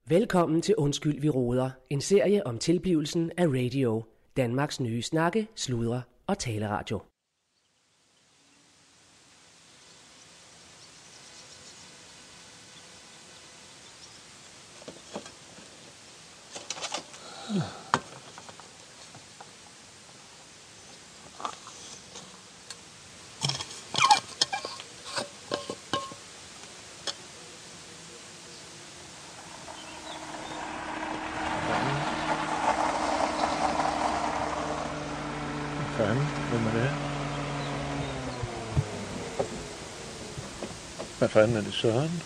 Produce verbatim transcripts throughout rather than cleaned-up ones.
Velkommen til Undskyld, vi råder. En serie om tilblivelsen af radio. Danmarks nye snakke, sludre og taleradio. Hvem er det? Hvad fanden er det, Søren?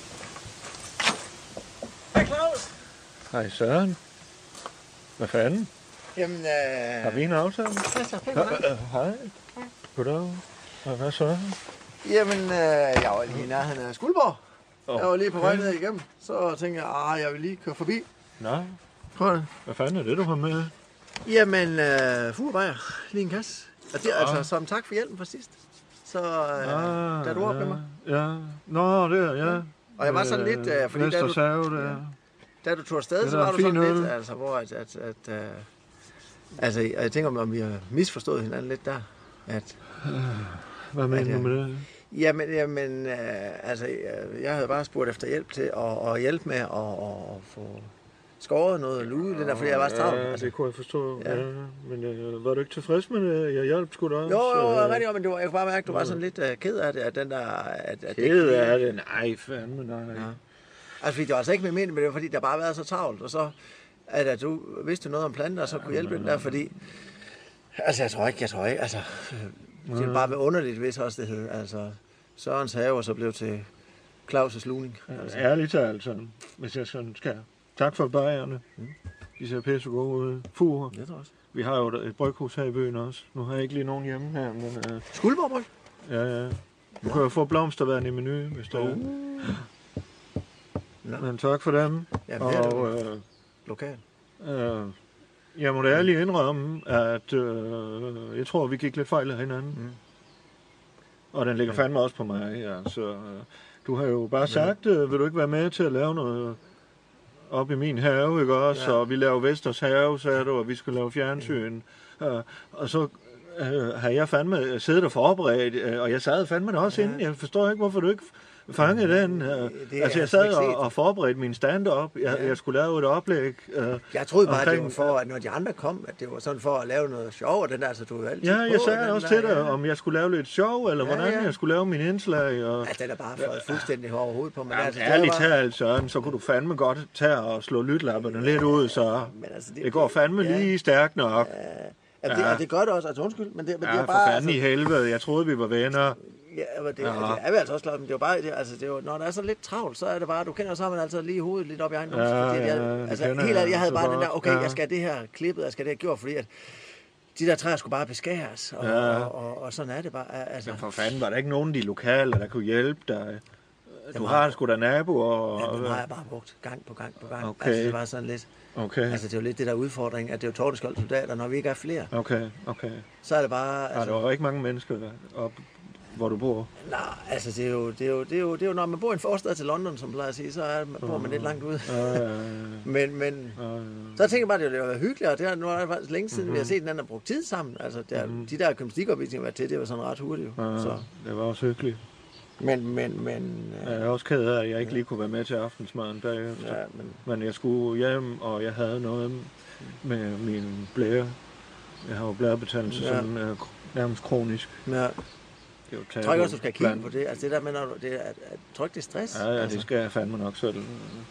Hej Claus! Hej Søren. Hvad fanden? Jamen, øh... Har vi en aftale? Ja, så pænt hej. Hej. Goddag. Hvad så? Jamen, øh, jeg var lige i nærheden af Skuldborg. Oh. Jeg var lige på vej ned igennem. Så tænkte jeg, ah, jeg vil lige køre forbi. Nej. Prøv det. Hvad fanden er det, du har med? Jamen, øh, fuglebajer. Lige en kasse. Og det er ah. altså som tak for hjælpen for sidst. Så øh, ah, da du var ja, med mig. Ja. Nå, det er, ja. Og jeg var sådan lidt, øh, fordi da du, Save, ja. da du tog afsted, så var du sådan øl. lidt, altså, hvor at, at, at øh, altså, jeg tænker, om vi har misforstået hinanden lidt der. At, Hvad mener du med det? Jamen, jamen øh, altså, jeg, jeg havde bare spurgt efter hjælp til at, at hjælpe med at, at, at få skåret noget lude, den der, fordi jeg var stravt. Ja, altså. det kunne jeg forstå. Ja. Ja. Men øh, var du ikke tilfreds med det? Jeg hjalp sgu da også. Jo, jo, øh, rigtig godt, men du, jeg kunne bare mærke, at du var sådan lidt uh, ked af det, at den der... At, at ked af det? Nej, fandme nej. Ja. Altså, fordi det var altså ikke med mening, men det var fordi, der bare har været så travlt, og så, at, at du vidste noget om planter, og så kunne hjælpe den der, fordi... Altså, jeg tror ikke, jeg tror ikke, altså... Det ville bare være underligt, hvis også det hed, altså... Sørens have, og så blev til Claus' lugning. Altså. Ærligt talt, altså, hvis jeg sådan skal. Tak for bajerne. Mm. De ser pisse gode ud. Fuger. Jeg tror også. Vi har jo et bryghus her i byen også. Nu har jeg ikke lige nogen hjemme her, men... Uh... Skuldborg-bryg? Ja, ja. Du kan jo få blomstervand i menu, hvis det er. Uh. No. Men tak for dem. Ja, og øh, lokal. Øh, jeg må da ærligt indrømme, at øh, jeg tror, vi gik lidt fejl af hinanden. Mm. Og den ligger fandme også på mig. Ja. Så, øh, du har jo bare sagt, øh, vil du ikke være med til at lave noget op i min have, ikke også? Ja. Og vi laver Vesters have, sagde du, og vi skulle lave fjernsyn. Ja. Øh, og så øh, har jeg fandme siddet og forberedt, øh, og jeg sad fandme også ja. inden. Jeg forstår ikke, hvorfor du ikke fangede den. Øh, altså, jeg sad og, og forberedte min stand-up. Jeg, ja. jeg skulle lave et oplæg. Øh, jeg troede bare, omkring, det var for, at når de andre kom, at det var sådan for at lave noget sjov, og den der, så du jo altid Ja, jeg på, sagde også der, til dig, ja. om jeg skulle lave lidt sjov, eller ja, hvordan ja. jeg skulle lave min indslag. Og... Altså, den er bare fløjet fuldstændig over hovedet på mig. Ja, altså, ærligt bare... talt, Søren, så kunne du fandme godt tage og slå lytlapperne lidt ud, så men altså, det, det går fandme ja. lige stærkt nok. Ja. Ja, det, ja. Og det gør det også, altså undskyld, men det, men ja, det er for bare... fanden altså, i helvede, jeg troede, vi var venner. Ja, men det, ja. det er vi altså også glad, men det er jo bare, det, altså, det er jo, når der er så lidt travlt, så er det bare, du kender sammen altid lige hovedet lidt op i egen numse. Ja, fordi jeg, ja, altså, helt ærligt, jeg havde bare godt. den der, okay, ja. jeg skal have det her klippet, jeg skal have det her gjort, fordi at de der træer skulle bare beskæres, og, ja. og, og, og sådan er det bare. Altså. Men for fanden, var der ikke nogen af de lokale, der kunne hjælpe dig? Du har, har sgu da naboer. Og... Ja, det har jeg bare brugt gang på gang på gang. Okay. Altså, det var sådan lidt... Okay. Altså, det er jo lidt det der udfordring, at det er jo Tordeskold soldater, når vi ikke er flere. Okay, okay. Så er det bare... Altså... Ja, der var ikke mange mennesker op, hvor du bor. Nej, altså, det er, jo, det, er jo, det, er jo, det er jo, når man bor i en forstad til London, som plejer at sige, så er, bor man lidt langt ude. Ja, ja, ja. men, men... Ja, ja. Så jeg tænker bare, det ville være hyggeligt, og det er, nu er det faktisk længe siden, mm-hmm. vi har set den anden brugt tid sammen. Altså, der, mm-hmm. de der gymnastikopvisninger var til, det var sådan ret hurtigt. Ja, så. Det var også hyggeligt. Men, men, men... Jeg er også ked af, at jeg ikke lige kunne være med til aftensmaden bagefter. Ja, men... men jeg skulle hjem, og jeg havde noget med min blære. Jeg har jo blærebetændelse ja. sådan uh, nærmest kronisk. Ja. Jeg tror ikke også, du skal kigge blandt... på det. Altså det der med, når du, det er, at, at tryk det stress. Ja, ja altså. Det skal jeg fandme nok selv.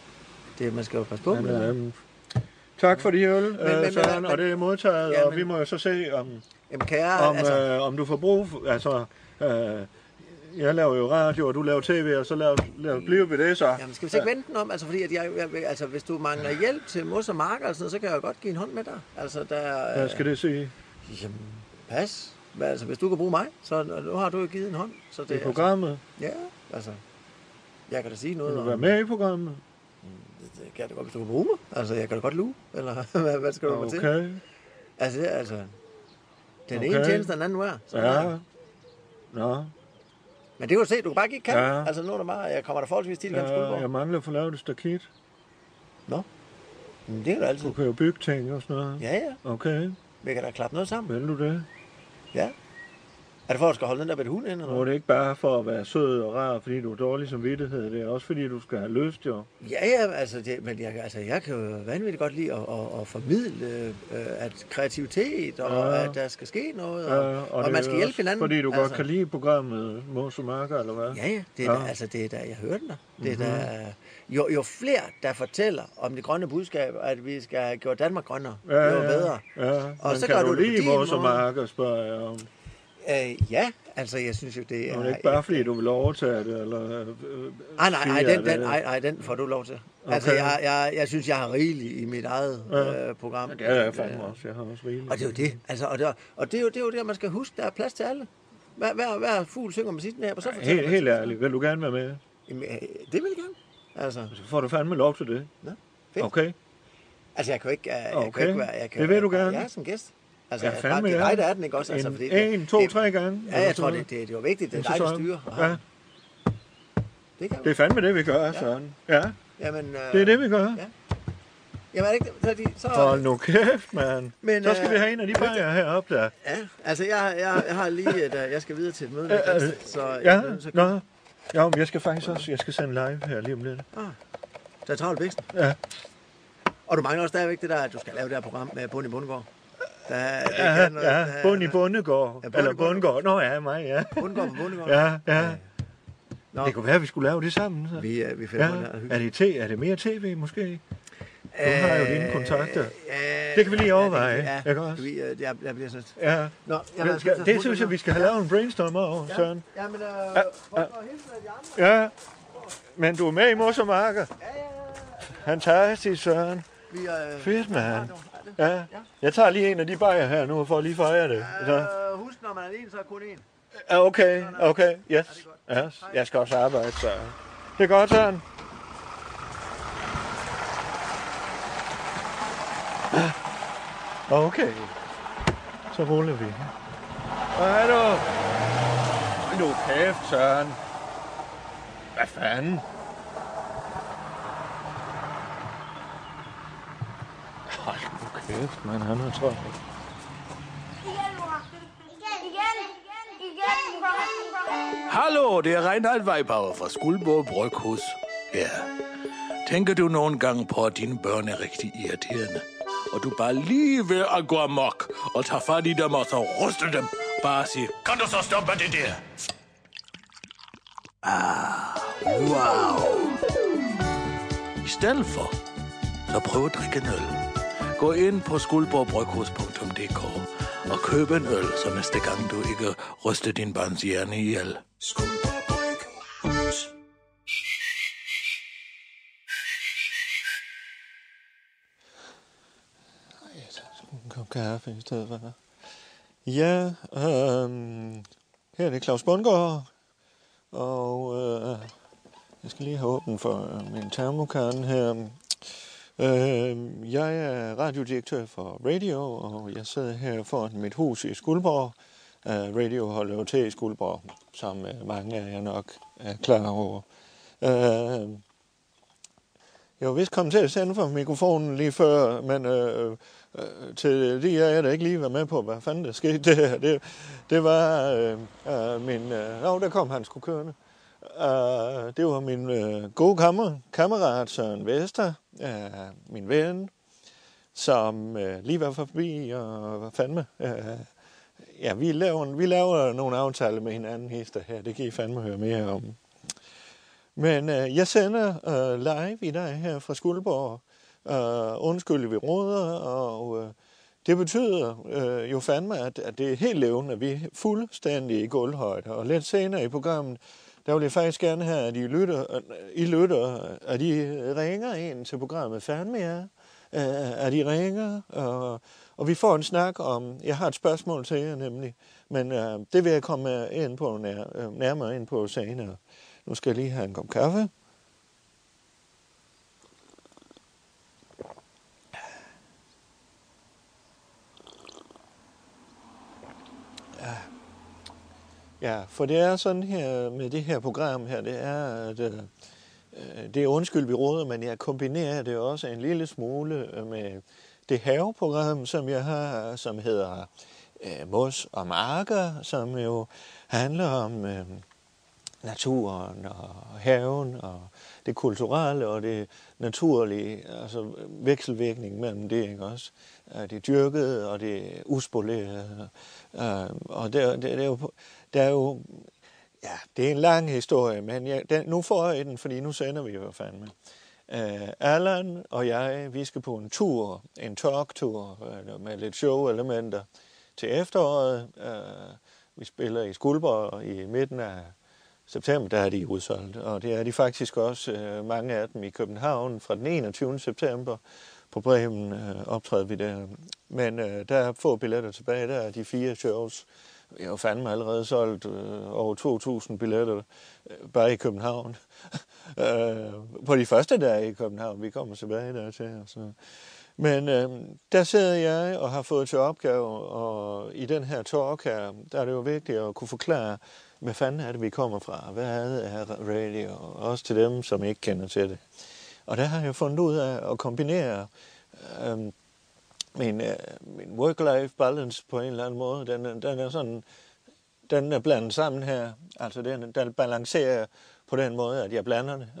Det, man skal jo passe på med det. Øhm, tak for de øl, men, øh, men, Søren, men, og det er modtaget, ja, men, og vi må jo så se, om, jamen, kære, om, altså... øh, om du får brug for... Altså, øh, jeg laver jo radio, og du laver tv, og så laver, laver, bliver vi det så. Jamen, skal vi så ikke vente den om? Altså, fordi at jeg, jeg, altså, hvis du mangler hjælp til mos og marker, så kan jeg jo godt give en hånd med dig. Altså, der, hvad skal det sige? Jamen, pas. Men, altså, hvis du kan bruge mig, så nu har du jo givet en hånd. Så det, I programmet? Altså, ja, altså, jeg kan da sige noget om... Vil du være med i programmet? Det, det kan jeg da godt, hvis du kan bruge mig. Altså, jeg kan da godt luge, eller hvad, hvad skal du okay. til? Okay. Altså, det er altså... Den okay. ene tjeneste, den anden er. Ja. Nå. Men det kan du se, du kan bare ikke kan. Ja. Altså, nu er der bare... Jeg kommer der forholdsvis til, ja, jeg mangler for lavet et stakit. Nå, men det kan du altid. Du kan jo bygge ting og sådan noget. Ja, ja. Okay. Vi kan da klappe noget sammen. Vil du det? Ja. Er det for, at du skal holde den der ved hund ind? Eller? Og det er ikke bare for at være sød og rar, fordi du er dårlig som vittighed. Det er også fordi, du skal have lyst, jo. Ja, ja, altså, det, men jeg, altså, jeg kan jo vanvittigt godt lide at, at, at formidle, øh, at kreativitet, og ja. At der skal ske noget, og, ja, og, og man skal hjælpe hinanden. Fordi du altså, godt kan lide programmet Mos og Marker, eller hvad? Ja, ja, det er, ja. Da, altså, det er da, jeg hørte den der. Det er mm-hmm. da, jo, jo flere, der fortæller om det grønne budskab, at vi skal have gjort Danmark grønnere, ja, jo bedre. Ja, ja. Og men så kan gør du, du lide Mos og Marker, spørger jeg om? Øh, ja, altså jeg synes jo, det er... Og det er ikke bare fordi, du vil overtage det, eller... Øh, nej, nej, nej, den, den, nej, nej, den får du lov til. Okay. Altså, jeg, jeg, jeg synes, jeg har rigeligt i mit eget ja. øh, program. Ja, det er jeg fandme også. Jeg har også rigeligt. Og det er jo det. Altså, og det, og det er jo det, er jo det, man skal huske. Der er plads til alle. Hver, hver, hver fugl synger med sit næb, og så fortæller helt, helt ærligt, vil du gerne være med? Jamen, det vil jeg gerne. Altså. Så får du fandme lov til det. Ja, fedt. Okay. Altså, jeg kan jo ikke, jeg, okay. jeg kan ikke være... Jeg kan, det vil du gerne. Jeg er som gæst. Altså, ja, fandme, det er dig, der er den, ikke også? Altså, en, fordi det, en, to, det, tre gange. Ja, jeg tror, det, det, det er jo vigtigt. Det er dig, der styrer. Ja. Det, kan det er fandme det, vi gør, Søren. Ja. Jamen, øh, det er det, vi gør. Ja. Jamen, er det ikke det? Så, hold nu kæft, mand. Men, så skal øh, vi have en af de bajer heroppe der. Ja, altså, jeg, jeg, jeg har lige... Et, jeg skal videre til et møde. Øh, øh, så, ja, jeg, så nå. Ja, men jeg skal faktisk også... Jeg skal sende live her lige om lidt. Ah, der er travlt væksten. Ja. Og du mangler også stadigvæk det der, at du skal lave det her program med Bund i Bundegård. Der, ja, ja, noget, ja. Bund i Bundegård. Ja, eller Bundegård. Nå ja, mig, ja. Bundegård på Bundegård. Ja, ja. Nå. Det kunne være, at vi skulle lave det sammen. Så. Vi, vi finder ja. Er det, te, er det mere tv måske? Du har jo dine kontakter. Øh, det kan vi lige overveje. Ja, jeg kan også. Vi, jeg, jeg bliver sådan... Ja. Nå, jeg skal, det synes jeg, vi skal have lavet en brainstorm over, ja. Søren. Ja, men øh, ja. For at hilse de andre. Ja, men du er med i Mos og Marker. Ja, ja, ja. Fantastisk, Søren. Vi, øh, fedt, mand. Ja. Jeg tager lige en af de bajer her nu, for at lige fejre det. Øh, husk, når man er en, så er kun en. Ja, okay, okay, yes. yes. Jeg skal også arbejde, så det er godt, Søren. Okay, så ruller vi. Hvad er du? Hold nu kæft, Søren. Hvad fanden? Hold nu kæft, man, han har travlt. Hallo, det er Reinhard Weibauer fra Skuldborg Bryghus. Ja. Tænker du nogle gange på, at dine børn er rigtig irriterende? Og du bare lige ved at gå amok og tage fat i dem og så ryste dem. Bare sige, kan du så stoppe det der? Ah, wow. I stedet for, så prøv at drikke en øl. Gå ind på skuldborg bryghus punktum d k og køb en øl, så næste gang du ikke ryster din barns hjerne ihjel. Skuldborg Bryghus. En kop kaffe i stedet for. Ja, øh, her er det Claus Bundgaard, og øh, jeg skal lige have åbent for min termokan her. Øh, jeg er radiodirektør for Radio, og jeg sidder her foran mit hus i Skuldborg. Øh, Radio holder jo til i Skuldborg, som mange af jer nok er klar over. Øh, jeg var vist kommet til at sende for mikrofonen lige før, men øh, øh, til de af jer, der ikke lige var med på, hvad fanden der skete, det, det, det var øh, øh, min... Øh, nå, der kom han sgu kørende. Øh, det var min øh, gode kammer, kammerat Søren Vester, øh, min ven, som øh, lige var forbi og var fandme... Øh, ja, vi laver, vi laver nogle aftaler med hinanden hister her, det kan I fandme høre mere om. Men øh, jeg sender øh, live i dag her fra Skuldborg. Øh, undskyld, vi råder, og øh, det betyder øh, jo fandme, at, at det er helt levende, at vi er fuldstændig i gulvhøjde. Og lidt senere i programmet, der vil jeg faktisk gerne have, at I lytter, I lytter at I ringer ind til programmet fandme jer. Øh, at I ringer, og, og vi får en snak om, jeg har et spørgsmål til jer nemlig, men øh, det vil jeg komme ind på, nær, nærmere ind på senere. Nu skal jeg lige have en kop kaffe. Ja. Ja, for det er sådan her med det her program her, det er, at det er undskyld, vi råder, men jeg kombinerer det også en lille smule med det haveprogram, som jeg har, som hedder øh, Mos og Marker, som jo handler om øh, naturen og haven og det kulturelle og det naturlige, altså vekselvirkning mellem det, ikke også? Det dyrkede og det uspolerede. Og der, der, der, er jo, der er jo, ja, det er en lang historie, men jeg, den, nu får jeg den, fordi nu sender vi jo fandme. Uh, Allan og jeg, vi skal på en tur, en talktur med lidt show-elementer til efteråret. Uh, vi spiller i Skuldborg i midten af september, der er de udsolgt, og det er de faktisk også, uh, mange af dem i København, fra den enogtyvende september på Bremen uh, optræder vi der. Men uh, der er få billetter tilbage, der er de fire shows. Jeg har jo fandme allerede solgt uh, over to tusind billetter uh, bare i København. uh, på de første dage i København, vi kommer tilbage der til. Altså. Men øh, der sidder jeg og har fået til opgave, og i den her talk her, der er det jo vigtigt at kunne forklare, hvad fanden er det, vi kommer fra? Hvad er radio? Også til dem, som ikke kender til det. Og der har jeg fundet ud af at kombinere øh, min, øh, min work-life balance på en eller anden måde. Den, den er sådan, den er blandet sammen her. Altså den, den balancerer på den måde, at jeg blander det.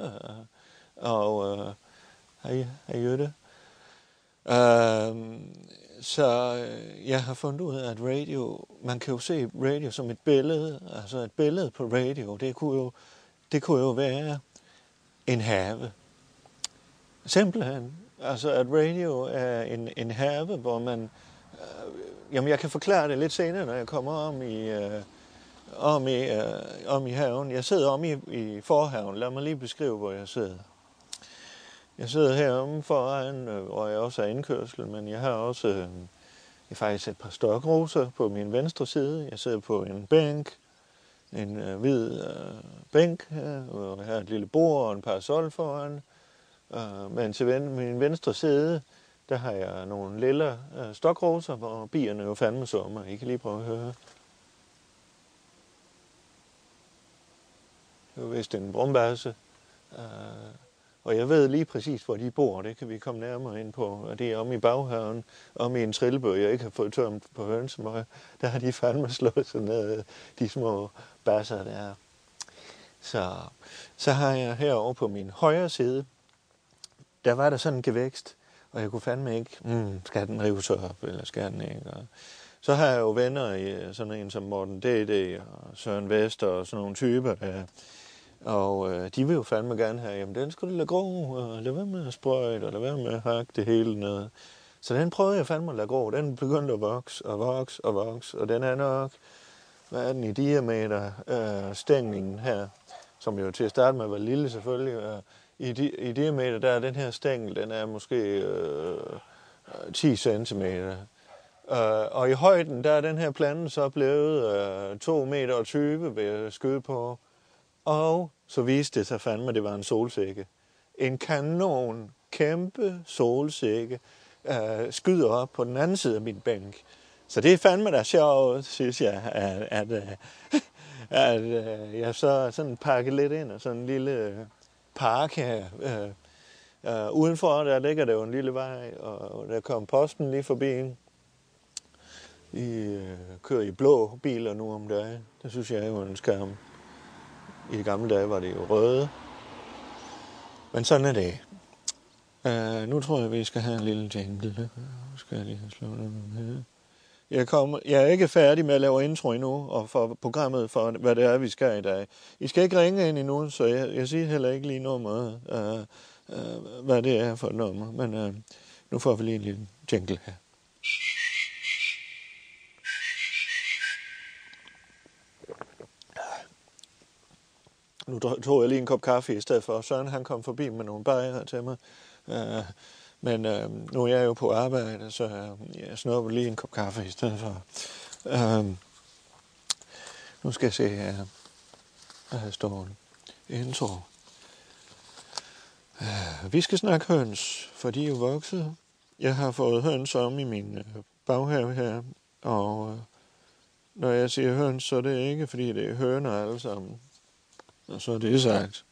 Og øh, hej, hej Jytte. Uh, så jeg har fundet ud af, at radio, man kan jo se radio som et billede, altså et billede på radio, det kunne jo, det kunne jo være en have. Simpelthen. Altså at radio er en, en have, hvor man, uh, jamen jeg kan forklare det lidt senere, når jeg kommer om i, uh, om i, uh, om i haven. Jeg sidder om i, i forhaven, lad mig lige beskrive, hvor jeg sidder. Jeg sidder heromme foran, hvor jeg også er indkørsel, men jeg har også øh, jeg faktisk et par stokroser på min venstre side. Jeg sidder på en bænk, en øh, hvid øh, bænk her, og jeg har et lille bord og en parasol foran. Øh, men til ven, min venstre side, der har jeg nogle lille øh, stokroser, hvor bierne jo fandme sommer. I kan lige prøve at høre. Det er jo vist en brumbasse. Øh, Og jeg ved lige præcis, hvor de bor. Det kan vi komme nærmere ind på. Og det er om i baghaven, om i en trillebøg, jeg ikke har fået tømt på hønsemøg. Der har de fandme slået sig ned, de små basser der. Så, så har jeg herovre på min højre side, der var der sådan en gevækst, og jeg kunne fandme ikke, mm, skal den rive sig op, eller skal den ikke? Og så har jeg jo venner i sådan en som Morten D D og Søren Vester og sådan nogle typer, der. Og øh, de vil jo fandme gerne have, jamen den skulle du lade gro, og lade være med at sprøjte, og lade være med at hakke det hele ned. Så den prøvede jeg fandme at lade gro. Den begyndte at vokse og vokse og vokse, og den er nok, hvad er den i diameter, øh, stængningen her, som jo til at starte med var lille selvfølgelig. Øh, i, di- I diameter, der er den her stængel, den er måske øh, ti centimeter. Øh, og i højden, der er den her plante så blevet øh, to meter og tyve ved at skyde på. Og så viste det sig fandme, at det var en solsikke. En kanon, kæmpe solsikke, øh, skyder op på den anden side af min bænk. Så det er fandme da sjovt, synes jeg, at, at, at, at, at jeg så sådan pakket lidt ind og sådan en lille park her. Øh, øh, udenfor der ligger der jo en lille vej, og der kom posten lige forbi. I øh, kører i blå biler nu om dagen. Det synes jeg er jo en skam. I de gamle dage var det jo røde. Men sådan er det. Uh, nu tror jeg, vi skal have en lille jingle. Nu skal jeg lige have slået den her. Jeg, kommer, jeg er ikke færdig med at lave intro endnu, og for programmet for, hvad det er, vi skal i dag. I skal ikke ringe ind endnu, så jeg, jeg siger heller ikke lige nummeret, uh, uh, hvad det er for et nummer. Men uh, nu får vi lige en lille jingle her. Nu tog jeg lige en kop kaffe i stedet for. Søren han kom forbi med nogle bajer til mig. Uh, men uh, nu er jeg jo på arbejde, så uh, jeg snupper lige en kop kaffe i stedet for. Uh, nu skal jeg se her. Her står intro. Uh, vi skal snakke høns, for de er jo vokset. Jeg har fået høns om i min uh, baghave her. Og uh, når jeg siger høns, så er det ikke, fordi det er høner alle sammen. Og så er det sagt.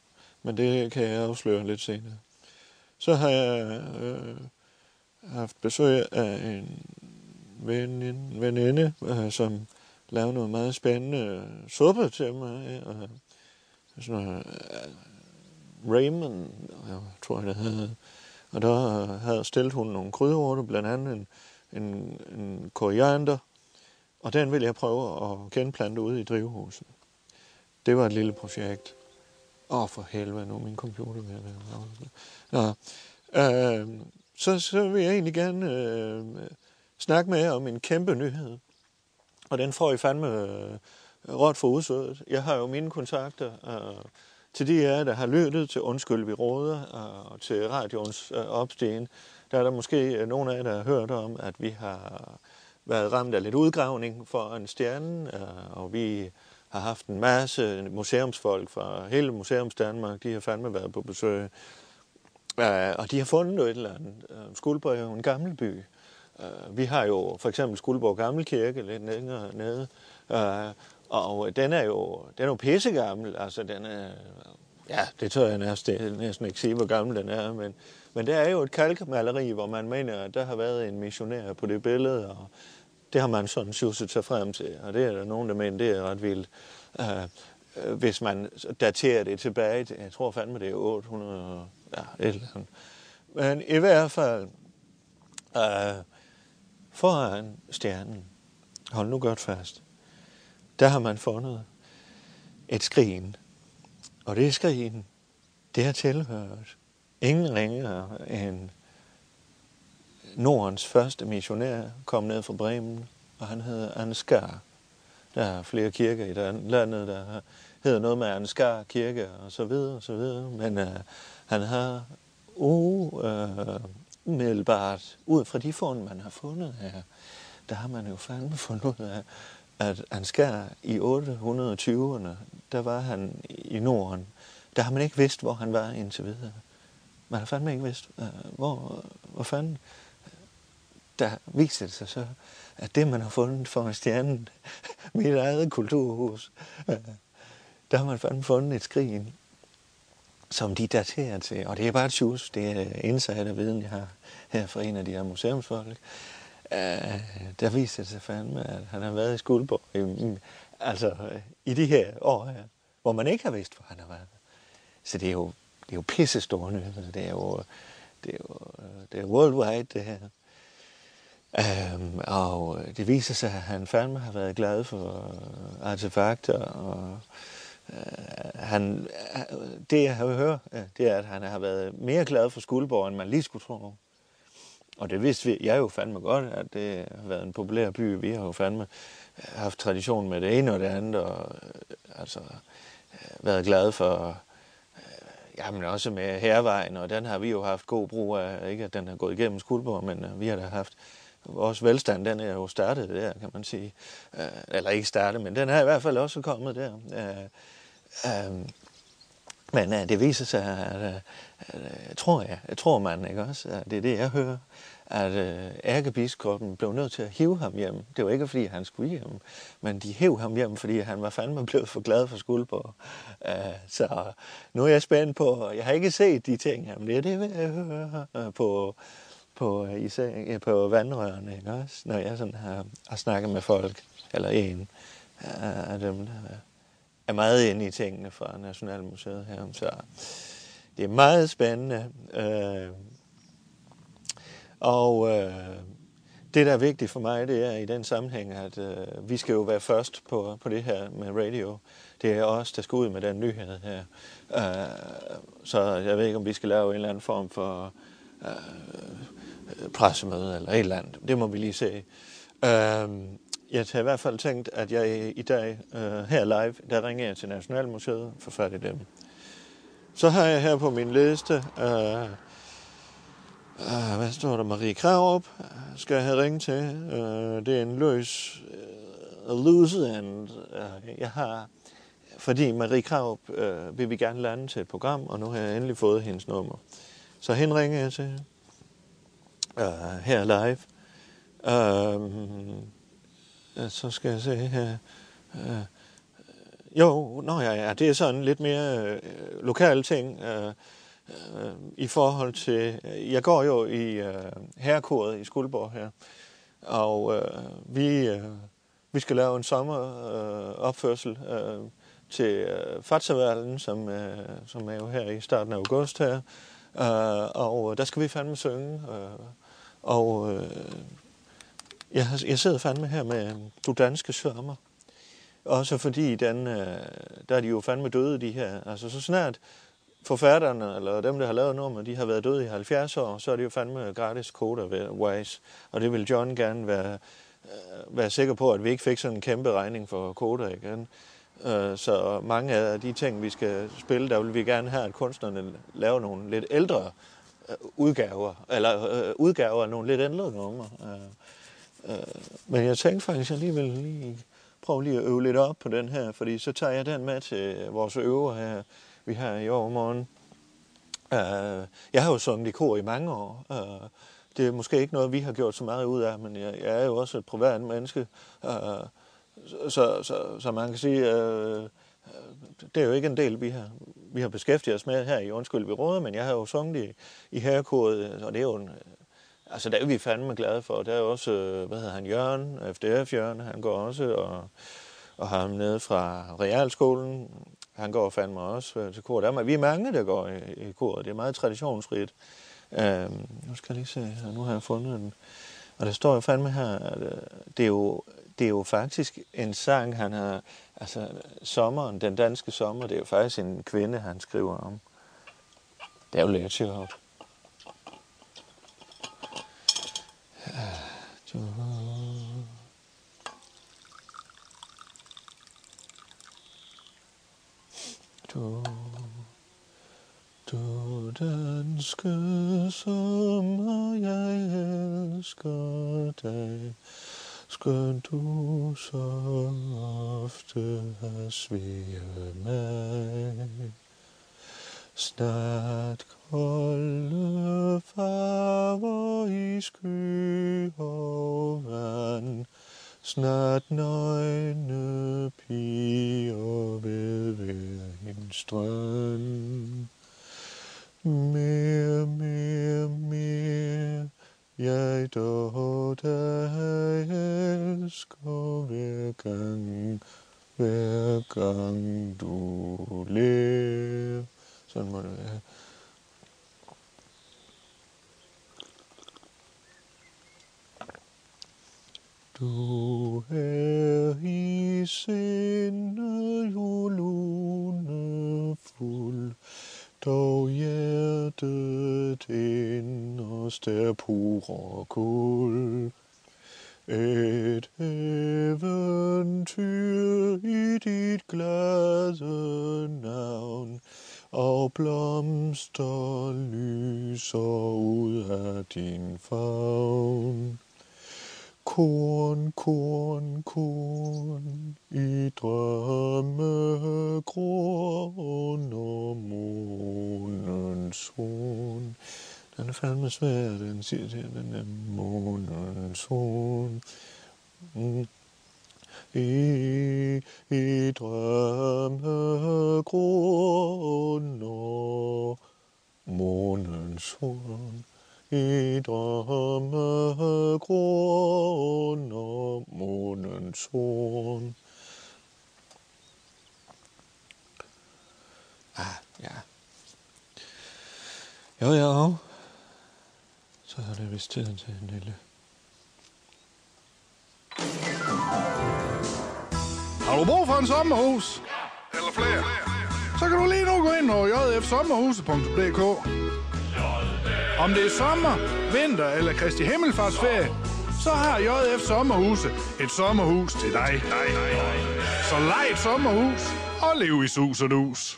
Men det kan jeg afsløre lidt senere. Så har jeg øh, haft besøg af en veninde, veninde øh, som lavede noget meget spændende suppe til mig. Og sådan noget, uh, Raymond, jeg tror jeg det hedder. Og der havde stillet hun nogle krydderurter, blandt andet en, en, en koriander. Og den ville jeg prøve at genplante ude i drivhuset. Det var et lille projekt. Åh, oh, for helvede, nu min computer vil være. Øh, så, så vil jeg egentlig gerne øh, snakke med jer om en kæmpe nyhed. Og den får I fandme øh, råt for udsødet. Jeg har jo mine kontakter øh, til de af jer, der har lyttet til Undskyld, vi råder, øh, og til radioens øh, opstigning. Der er der måske nogle af jer, der har hørt om, at vi har været ramt af lidt udgravning for en stjerne, øh, og vi har haft en masse museumsfolk fra hele Museums Danmark. De har fandme været på besøg. Uh, og de har fundet et eller andet. Uh, Skuldborg er jo en gammel by. Uh, vi har jo for eksempel Skuldborg Gammel Kirke lidt længere nede. Uh, og den er jo, den er jo pissegammel. Altså, den er, ja, det tør jeg næsten, næsten ikke sige, hvor gammel den er. Men, men det er jo et kalkmaleri, hvor man mener, at der har været en missionær på det billede. Og det har man sådan sjusset sig frem til. Og det er der nogen, der mener, det er ret vildt. Uh, hvis man daterer det tilbage, jeg tror fandme, det er otte hundrede. Ja, et eller andet. Men i hvert fald, øh, foran stjernen, hold nu godt fast, der har man fundet et skrin. Og det skrin, det har tilhørt ingen ringere end Nordens første missionær, kom ned fra Bremen, og han hedder Ansgar. Der er flere kirker i landet, der hedder noget med Ansgar Kirke, og så videre, og så videre. Men øh, han har umiddelbart, ud fra de fund, man har fundet her, der har man jo fandme fundet ud af, at Ansgar i otte hundrede og tyverne, der var han i Norden. Der har man ikke vidst, hvor han var indtil videre. Man har fandme ikke vidst, hvor, hvor fanden. Der viste det sig så, at det, man har fundet for stjernen, mit eget kulturhus, der har man fandme fundet et skrin, som de daterer til. Og det er bare et sjus, det er insider viden, jeg har her fra en af de her museumsfolk. Uh, der viser det sig fandme, at han har været i Skuldborg i, altså i de her år her, hvor man ikke har vidst, hvor han har været. Så det er jo, det er jo pissestore nyheder. Det er jo, det er jo det er worldwide, det her. Um, og det viser sig, at han fandme har været glad for artefakter, og uh, han, det jeg har hørt, det er, at han har været mere glad for Skuldborg, end man lige skulle tro. Og det vidste vi, jeg jo fandme godt, at det har været en populær by. Vi har jo fandme haft tradition med det ene og det andet, og altså været glade for, jamen også med Hærvejen, og den har vi jo haft god brug af, ikke at den har gået igennem Skuldborg, men vi har da haft vores velstand, den er jo startet der, kan man sige. Eller ikke startet, men den er i hvert fald også kommet der. Men det viser sig, at, at tror jeg, jeg tror man, ikke også, at det er det, jeg hører, at ærkebiskoppen blev nødt til at hive ham hjem. Det var ikke, fordi han skulle hjem, men de hæv ham hjem, fordi han var fandme blevet for glad for Skuldborg. Så nu er jeg spændt på, jeg har ikke set de ting her, men det er det, jeg hører på, på, især, på vandrørene, ikke også, når jeg sådan har, har snakket med folk, eller en af dem, der er meget inde i tingene fra Nationalmuseet her. Så det er meget spændende. Øh, og øh, det, der er vigtigt for mig, det er i den sammenhæng, at øh, vi skal jo være først på, på det her med radio. Det er os, der skal ud med den nyhed her. Øh, så jeg ved ikke, om vi skal lave en eller anden form for øh, pressemøde eller et eller andet. Det må vi lige se. Øh, Jeg har i hvert fald tænkt, at jeg i dag øh, her live, der ringer jeg til Nationalmuseet for fat i dem. Så har jeg her på min liste, øh, øh, hvad står der, Marie Krarup, skal jeg have ringet til. Øh, det er en løs, uh, loose end. Øh, jeg har, fordi Marie Krarup øh, vil vi gerne lande til et program, og nu har jeg endelig fået hendes nummer. Så hende ringer jeg til øh, her live. Øh, Så skal jeg se her. Jo, nå ja, ja, det er sådan lidt mere øh, lokale ting øh, øh, i forhold til... Øh, jeg går jo i øh, herrekoret i Skuldborg her, og øh, vi, øh, vi skal lave en sommeropførsel øh, øh, til øh, Fatsavallen, som, øh, som er jo her i starten af august her, øh, og der skal vi fandme synge, øh, og øh, jeg, jeg sidder fandme her med Du Danske Sommer. Også fordi den, øh, der er de jo fandme døde, de her. Altså så snart forfatterne, eller dem, der har lavet nummer, de har været døde i halvfjerds år, så er det jo fandme gratis Koda-wise. Og det vil John gerne være, øh, være sikker på, at vi ikke fik sådan en kæmpe regning for Koda igen. Øh, så mange af de ting, vi skal spille, der vil vi gerne have, at kunstnerne laver nogle lidt ældre øh, udgaver, eller øh, udgaver af nogle lidt ældre numre. Øh, øh, men jeg tænkte faktisk alligevel lige... Prøv lige at øve lidt op på den her, fordi så tager jeg den med til vores øver her, vi har i overmorgen. Uh, jeg har jo sunget i kor i mange år. Uh, det er måske ikke noget, vi har gjort så meget ud af, men jeg, jeg er jo også et privat menneske. Uh, så, så, så man kan sige, uh, det er jo ikke en del, vi har, vi har beskæftiget os med her i Undskyld, vi råder, men jeg har jo sunget i, i herrekoret, og det er jo en... Altså, der er vi fandme glade for. Der er jo også, hvad hedder han, Jørgen, F D F Jørgen, han går også, og, og ham nede fra realskolen, han går fandme også til kor. Der er, vi er mange, der går i, i koret. Det er meget traditionsrigt. Øhm, nu skal jeg lige se, nu har jeg fundet den. Og der står jo fandme her, at det er jo, det er jo faktisk en sang, han har, altså sommeren, den danske sommer, det er jo faktisk en kvinde, han skriver om. Det er jo lidt sjovt. Du, du danske sommer, jeg elsker dig, skønt du så ofte har sværet mig. Snart kolde farver i sky og vand, snart nøgne piger ved hver en strand. Mere, mere, mere, jeg dog dig elsker hver gang, hver gang du ler. Sådan må det være. Du er i sinde jo lunefuld, dog hjertet inderst er pur kul. Et eventyr i dit glade navn, og blomster lyser ud af din favn. Korn, korn, korn, i drømme gror under månens horn. Den er fandme svær, den siger til, den er månens horn. Mm. I, i drømme gror under månens horn. I drømme gror under månens horn. Ah, ja. Jo, jo. Så er det vist tiden til en lille... Har du brug for en sommerhus? Ja, eller flere? Så kan du lige nu gå ind på j f sommerhuse punktum d k. Om det er sommer, vinter eller Kristi Himmelfartsferie, så har J F Sommerhuse et sommerhus til dig. Så lej et sommerhus og lev i sus og dus.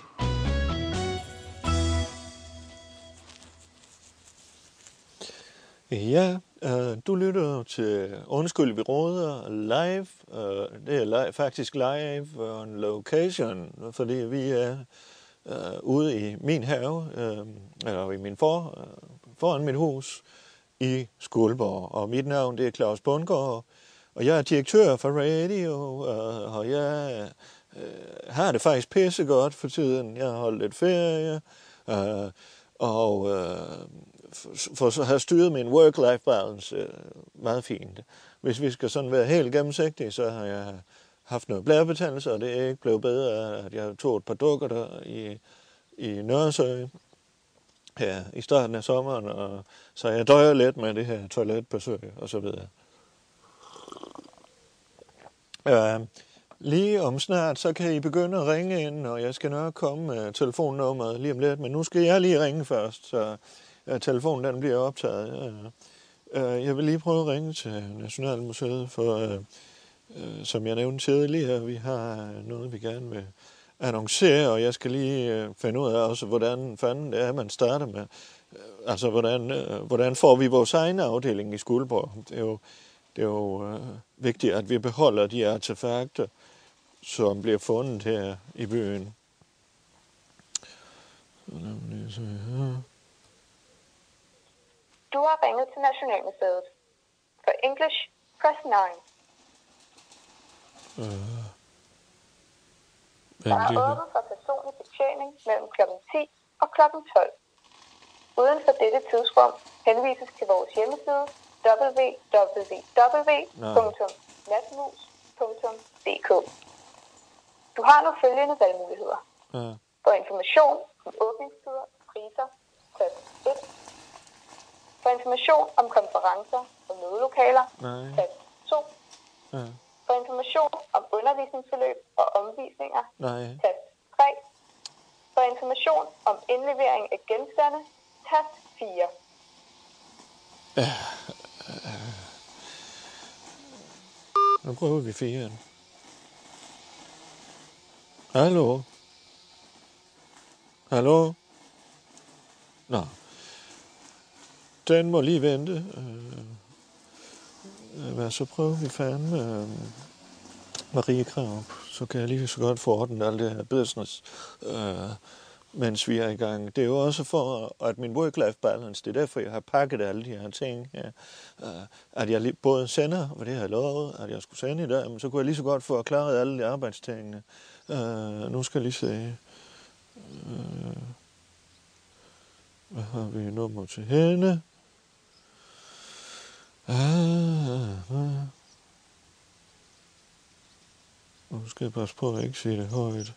Ja, øh, du lytter til Undskyld, vi råder live. Øh, det er live, faktisk live on location, fordi vi er øh, ude i min have, øh, eller i min for, øh, foran mit hus i Skuldborg. Og mit navn, det er Claus Bundgaard, og jeg er direktør for radio, øh, og jeg øh, har det faktisk pissegodt for tiden. Jeg har holdt lidt ferie, øh, og øh, for, for så har jeg styret min work-life balance øh, meget fint. Hvis vi skal sådan være helt gennemsigtige, så har jeg haft noget blærebetændelse, og det er ikke blevet bedre, at jeg tog et par dukker der i, i Nørresø her i starten af sommeren, og så jeg døjer lidt med det her toiletbesøg og så videre. Ja, lige om snart, så kan I begynde at ringe ind, og jeg skal nok komme med telefonnummeret lige om lidt, men nu skal jeg lige ringe først, så ja, telefonen den bliver optaget. Ja. Jeg vil lige prøve at ringe til Nationalmuseet, for øh, øh, som jeg nævnte tidligere, vi har noget, vi gerne vil annoncere, og jeg skal lige øh, finde ud af også, hvordan fanden det er, man starter med. Altså, hvordan, øh, hvordan får vi vores egen afdeling i Skuldborg? Det er jo, det er jo øh, vigtigt, at vi beholder de artefakter, som bliver fundet her i byen. Du har ringet til Nationalmuseet. For English, press nine. Øh. Der er åbent for personlig betjening mellem klokken ti og klokken tolv. Uden for dette tidsrum henvises til vores hjemmeside w w w punktum natmus punktum d k. Du har nu følgende valgmuligheder. Ja. For information om åbningstider og priser, tast et. For information om konferencer og mødelokaler, tast to. Ja. For information om undervisningsforløb og omvisninger, Nej. tast tre. For information om indlevering af genstande, tast fire. Ja. Nu prøver vi fire. Hallo? Hallo? Nå. Den må lige vente. Øh, så prøver vi fandme øh, Marie Krarup. Så kan jeg lige så godt få ordnet alt det her business, øh, mens vi er i gang. Det er jo også for, at min work-life balance, det er derfor, jeg har pakket alle de her ting. Ja. Øh, at jeg både sender, hvad det har jeg lovet, at jeg skulle sende i dag, men så kunne jeg lige så godt få klaret alle de arbejdstingene. Øh, nu skal jeg lige se... Øh, hvad har vi nummer til hende? Ah, ah. Nu skal jeg passe på at ikke sige det højt.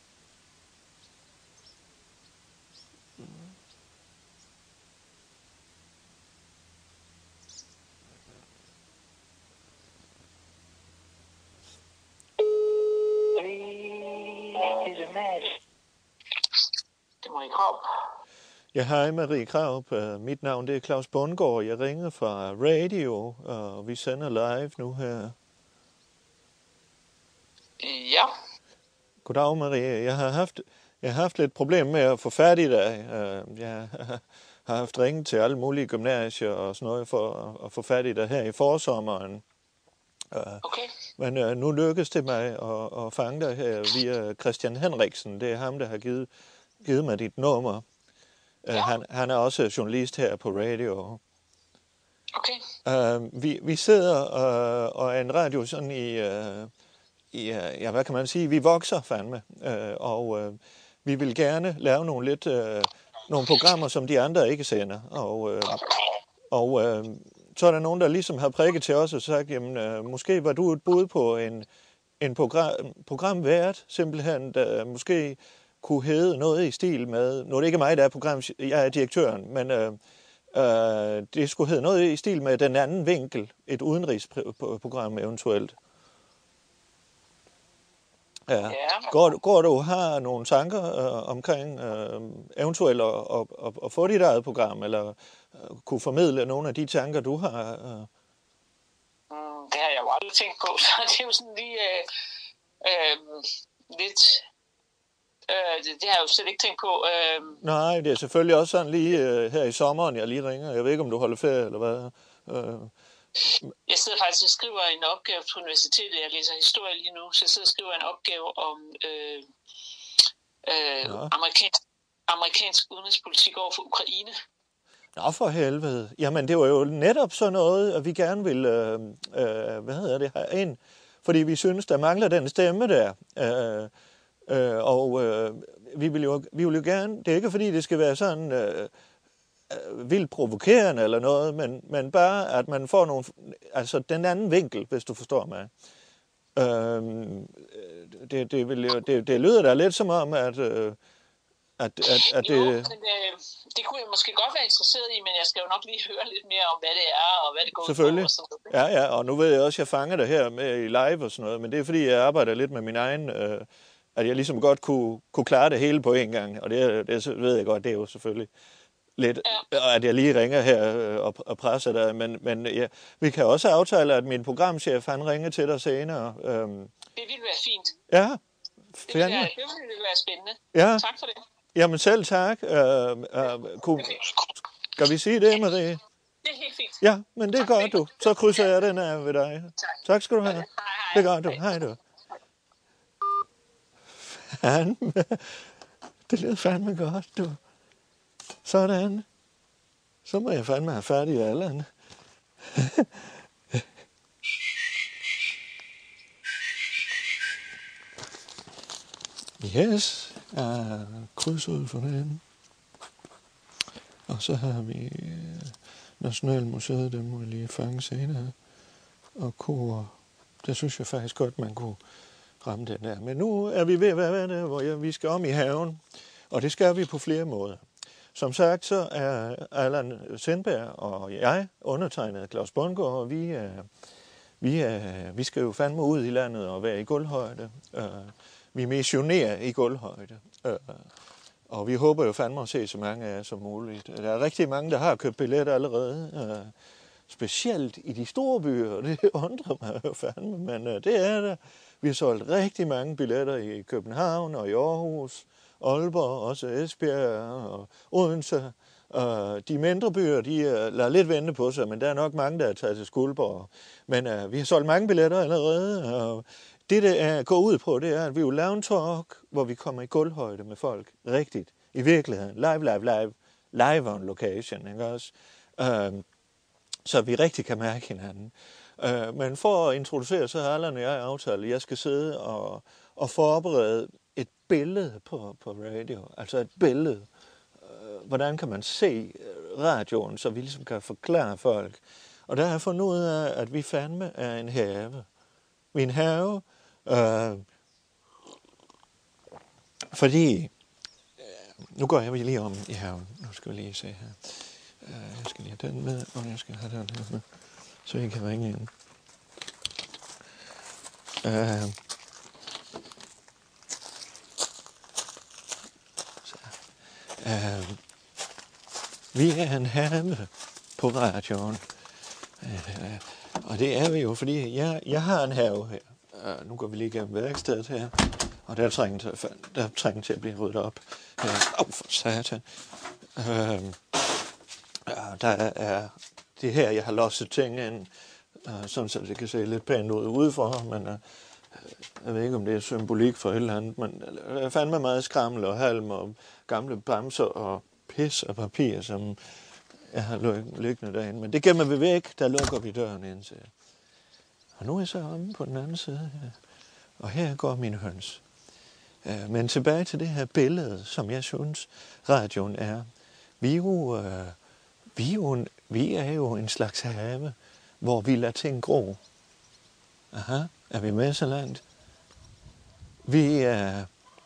Det er Marie Krarup. Ja, hej Marie Krarup. Mit navn det er Claus Bundgaard. Jeg ringer fra radio, og vi sender live nu her. Ja. Goddag Marie. Jeg har haft, jeg har haft lidt problem med at få fat i dig. Jeg har haft ringet til alle mulige gymnasier og sådan noget for at få fat i dig her i forsommeren. Okay. Men nu lykkes det mig at, at fange dig her via Christian Henriksen. Det er ham, der har givet, givet mig dit nummer. Ja. Han, han er også journalist her på radio. Okay. Uh, vi, vi sidder uh, og er en radio sådan i, uh, i uh, ja, hvad kan man sige, vi vokser fandme, uh, og uh, vi vil gerne lave nogle lidt, uh, nogle programmer, som de andre ikke sender, og, uh, og uh, så er der nogen, der ligesom har prikket til os og sagt, jamen uh, måske var du et bud på en, en program, programvært, simpelthen, der måske kunne hedde noget i stil med, nu er det ikke mig, der er program, jeg er direktøren, men øh, øh, det skulle hedde noget i stil med den anden vinkel, et udenrigsprogram eventuelt. Ja. Ja. Går, går du har nogle tanker øh, omkring øh, eventuelt at, at, at, at få dit eget program, eller øh, kunne formidle nogle af de tanker, du har? Øh? Mm, det har jeg jo aldrig tænkt på, så det er jo sådan lige øh, øh, lidt... Øh, det, det har jeg jo slet ikke tænkt på. Øh... Nej, det er selvfølgelig også sådan lige øh, her i sommeren, jeg lige ringer. Jeg ved ikke, om du holder ferie eller hvad. Øh... Jeg sidder faktisk og skriver en opgave på universitetet. Jeg læser historie lige nu, så jeg sidder og skriver en opgave om øh, øh, ja. amerikansk, amerikansk udenrigspolitik over for Ukraine. Nå, for helvede. Jamen, det var jo netop sådan noget, at vi gerne vil, øh, øh, hvad hedder det, have ind. Fordi vi synes, der mangler den stemme der. Øh, Øh, og øh, vi, vil jo, vi vil jo gerne, det er ikke fordi, det skal være sådan øh, øh, vildt provokerende eller noget, men, men bare, at man får nogle, altså den anden vinkel, hvis du forstår mig. Øh, det, det, vil jo, det, det lyder da lidt som om, at... Øh, At, at, at det... Jo, men øh, det kunne jeg måske godt være interesseret i, men jeg skal jo nok lige høre lidt mere om, hvad det er, og hvad det går ud på. Selvfølgelig. Og sådan noget. Ja, ja, og nu ved jeg også, at jeg fanger det her med i live og sådan noget, men det er fordi, jeg arbejder lidt med min egen, øh, at jeg ligesom godt kunne, kunne klare det hele på en gang, og det, det ved jeg godt, det er jo selvfølgelig lidt, ja. At jeg lige ringer her øh, og, og presser dig, men, men ja, vi kan også aftale, at min programchef, han ringer til dig senere. Øh, det ville være fint. Ja, det ville, være, det ville være spændende. Ja. Tak for det. Jamen selv tak. Uh, uh, kunne, skal vi sige det, Marie? Det er helt fint. Ja, men det er godt, du. Så krydser jeg den af ved dig. Tak. Tak skal du have. Det er godt, du. Hej, du. Fandme. Det lyder fandme godt, du. Sådan. Så må jeg fandme have færdig i alderen. Yes. Uh, kryds ud for den. Og så har vi uh, Nationalmuseet, det må jeg lige fange senere. Og kor, det synes jeg faktisk godt, man kunne ramme den der. Men nu er vi ved at være der, hvor jeg, vi skal om i haven. Og det skal vi på flere måder. Som sagt, så er Allan Sindberg og jeg, undertegnet Claus Bundgaard, og vi, uh, vi, uh, vi skal jo fandme ud i landet og være i gulvhøjde. Uh, Vi missionerer i gulvhøjde, øh, og vi håber jo fandme at se så mange af jer som muligt. Der er rigtig mange, der har købt billetter allerede, øh, specielt i de store byer, og det undrer mig jo fandme, men øh, det er der. Vi har solgt rigtig mange billetter i København og i Aarhus, Aalborg, også Esbjerg og Odense. Øh, de mindre byer, de øh, lader lidt vente på sig, men der er nok mange, der er taget til Skuldborg. Men øh, vi har solgt mange billetter allerede, og det, det er, går ud på, det er, at vi vil lave en talk, hvor vi kommer i gulvhøjde med folk. Rigtigt. I virkeligheden. Live, live, live. Live on location, ikke også? Uh, så vi rigtig kan mærke hinanden. Uh, men for at introducere, så har Allan og jeg aftalt, at jeg skal sidde og, og forberede et billede på, på radio. Altså et billede. Uh, hvordan kan man se radioen, så vi ligesom kan forklare folk. Og der har jeg fundet ud af, at vi fandme er en have. Vi er en have. Uh, fordi, uh, nu går jeg lige om i haven. Nu skal vi lige se her. Uh, jeg skal lige have den med, og jeg skal have den her med, så I kan ringe ind. Uh, så, uh, vi er en have på radioen. Uh, og det er vi jo, fordi jeg, jeg har en have her. Uh, nu går vi lige igennem værkstedet her, og der er trængt til, der er trængt til at blive ryddet op. Åh, uh, oh, for satan. Uh, uh, der er det her, jeg har losset ting ind, uh, sådan så det kan se lidt pænt ud udefra, men uh, jeg ved ikke, om det er symbolik for et eller andet, men der er fandme meget skrammel og halm og gamle bamser og pis og papir, som jeg har liggende derinde. Men det gemmer vi væk, der lukker vi døren ind til. Og nu er jeg så omme på den anden side her. Og her går mine høns. Uh, men tilbage til det her billede, som jeg synes, radioen er. Vi er jo, uh, vi er jo, en, vi er jo en slags have, hvor vi lader ting gro. Aha, er vi med så langt? Vi, uh,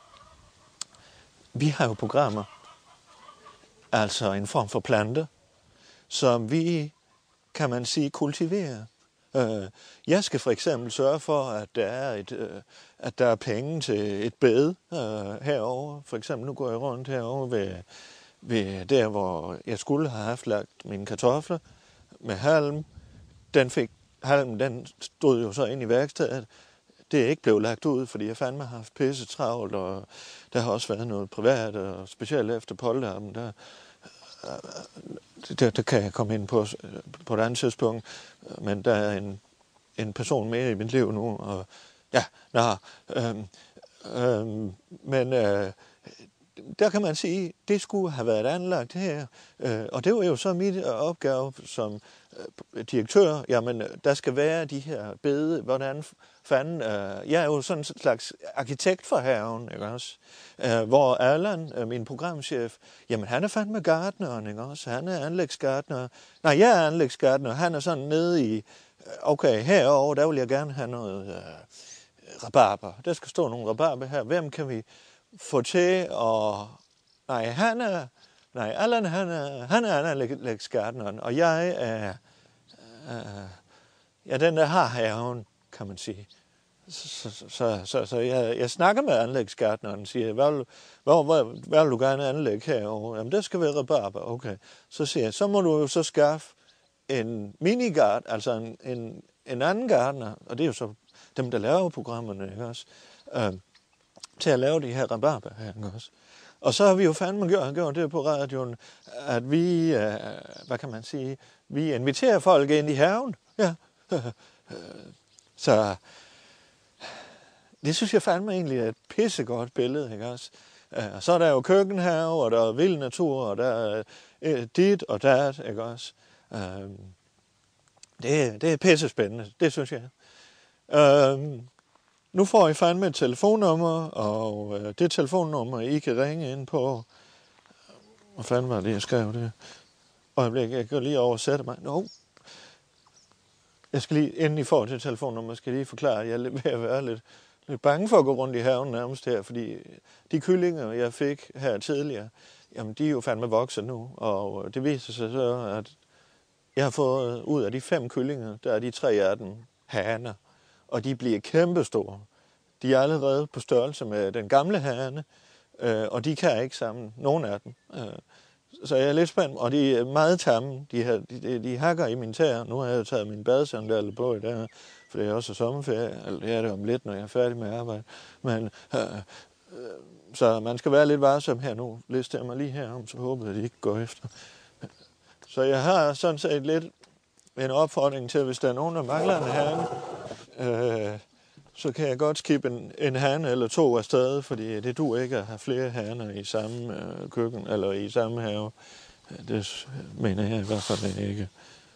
vi har jo programmer, altså en form for planter, som vi, kan man sige, kultiverer. Uh, jeg skal for eksempel sørge for, at der er, et, uh, at der er penge til et bed uh, herovre. For eksempel, nu går jeg rundt herovre ved, ved der, hvor jeg skulle have haft lagt mine kartofler med halm. Den fik, halmen den stod jo så ind i værkstedet. Det er ikke blevet lagt ud, fordi jeg fandme har haft pisse travlt, og der har også været noget privat, og specielt efter polterappen, der Der, der kan jeg komme ind på på et andet tidspunkt, men der er en, en person mere i mit liv nu, og ja, nå, øhm, øhm, men øh, der kan man sige, det skulle have været anlagt her, øh, og det var jo så mit opgave som øh, direktør, jamen, der skal være de her bede, hvordan fanden, øh, jeg er jo sådan en slags arkitekt for haven, ikke også? Øh, hvor Allan, øh, min programchef, jamen han er fandme gartneren, ikke også? Han er anlægsgartner. Nej, jeg er anlægsgartner, han er sådan nede i, okay, herovre, der vil jeg gerne have noget øh, rabarber. Der skal stå nogle rabarber her. Hvem kan vi få til at... Nej, han er... Nej, Allan, han er, han er anlægsgartneren, og jeg er... Øh, ja, den der har haven, kan man sige. Så, så, så, så jeg, jeg snakker med anlægsgartneren og siger, hvad vil, hvad, hvad, hvad vil du gerne anlægge herovre? Jamen, der skal være rabarber. Okay. Så siger jeg, så må du jo så skaffe en minigard, altså en, en, en anden gartner, og det er jo så dem, der laver programmerne, ikke også? Øh, til at lave de her rabarber her, ikke også? Og så har vi jo fandme gjort, gjort det på radioen, at vi, øh, hvad kan man sige, vi inviterer folk ind i haven. Ja. Så det synes jeg fandme egentlig er et pissegodt billede, ikke også? Og så er der jo køkkenhave, og der er vild natur, og der er dit og dat, ikke også? Det, det er pissespændende, det synes jeg. Nu får I fandme et telefonnummer, og det telefonnummer, I kan ringe ind på... Hvad fanden var det, jeg skrev det? Øjeblik, jeg kan lige oversætte mig. No. Jeg skal lige, inden I får det telefonnummer, skal jeg lige forklare, at jeg er ved at være lidt, lidt bange for at gå rundt i haven nærmest her, fordi de kyllinger, jeg fik her tidligere, jamen de er jo fandme vokset nu, og det viser sig så, at jeg har fået ud af de fem kyllinger, der er de tre af dem haner, og de bliver kæmpestore. De er allerede på størrelse med den gamle hane, og de kan ikke sammen, nogen af dem. Så jeg er lidt spændt, og de er meget tamme. De, de, de hakker i mine tæer. Nu har jeg taget min badesandaler på i dag, for det er også sommerferie. Altså, det er det om lidt, når jeg er færdig med arbejde. Men, øh, øh, så man skal være lidt varsom her nu. Lister jeg mig lige herom, så håber jeg, at de ikke går efter. Så jeg har sådan set lidt en opfordring til, hvis der er nogen, der mangler en hane, øh, så kan jeg godt skippe en, en hane eller to afsted, fordi det duer ikke at have flere haner i samme øh, køkken eller i samme have. Det mener jeg i hvert fald ikke.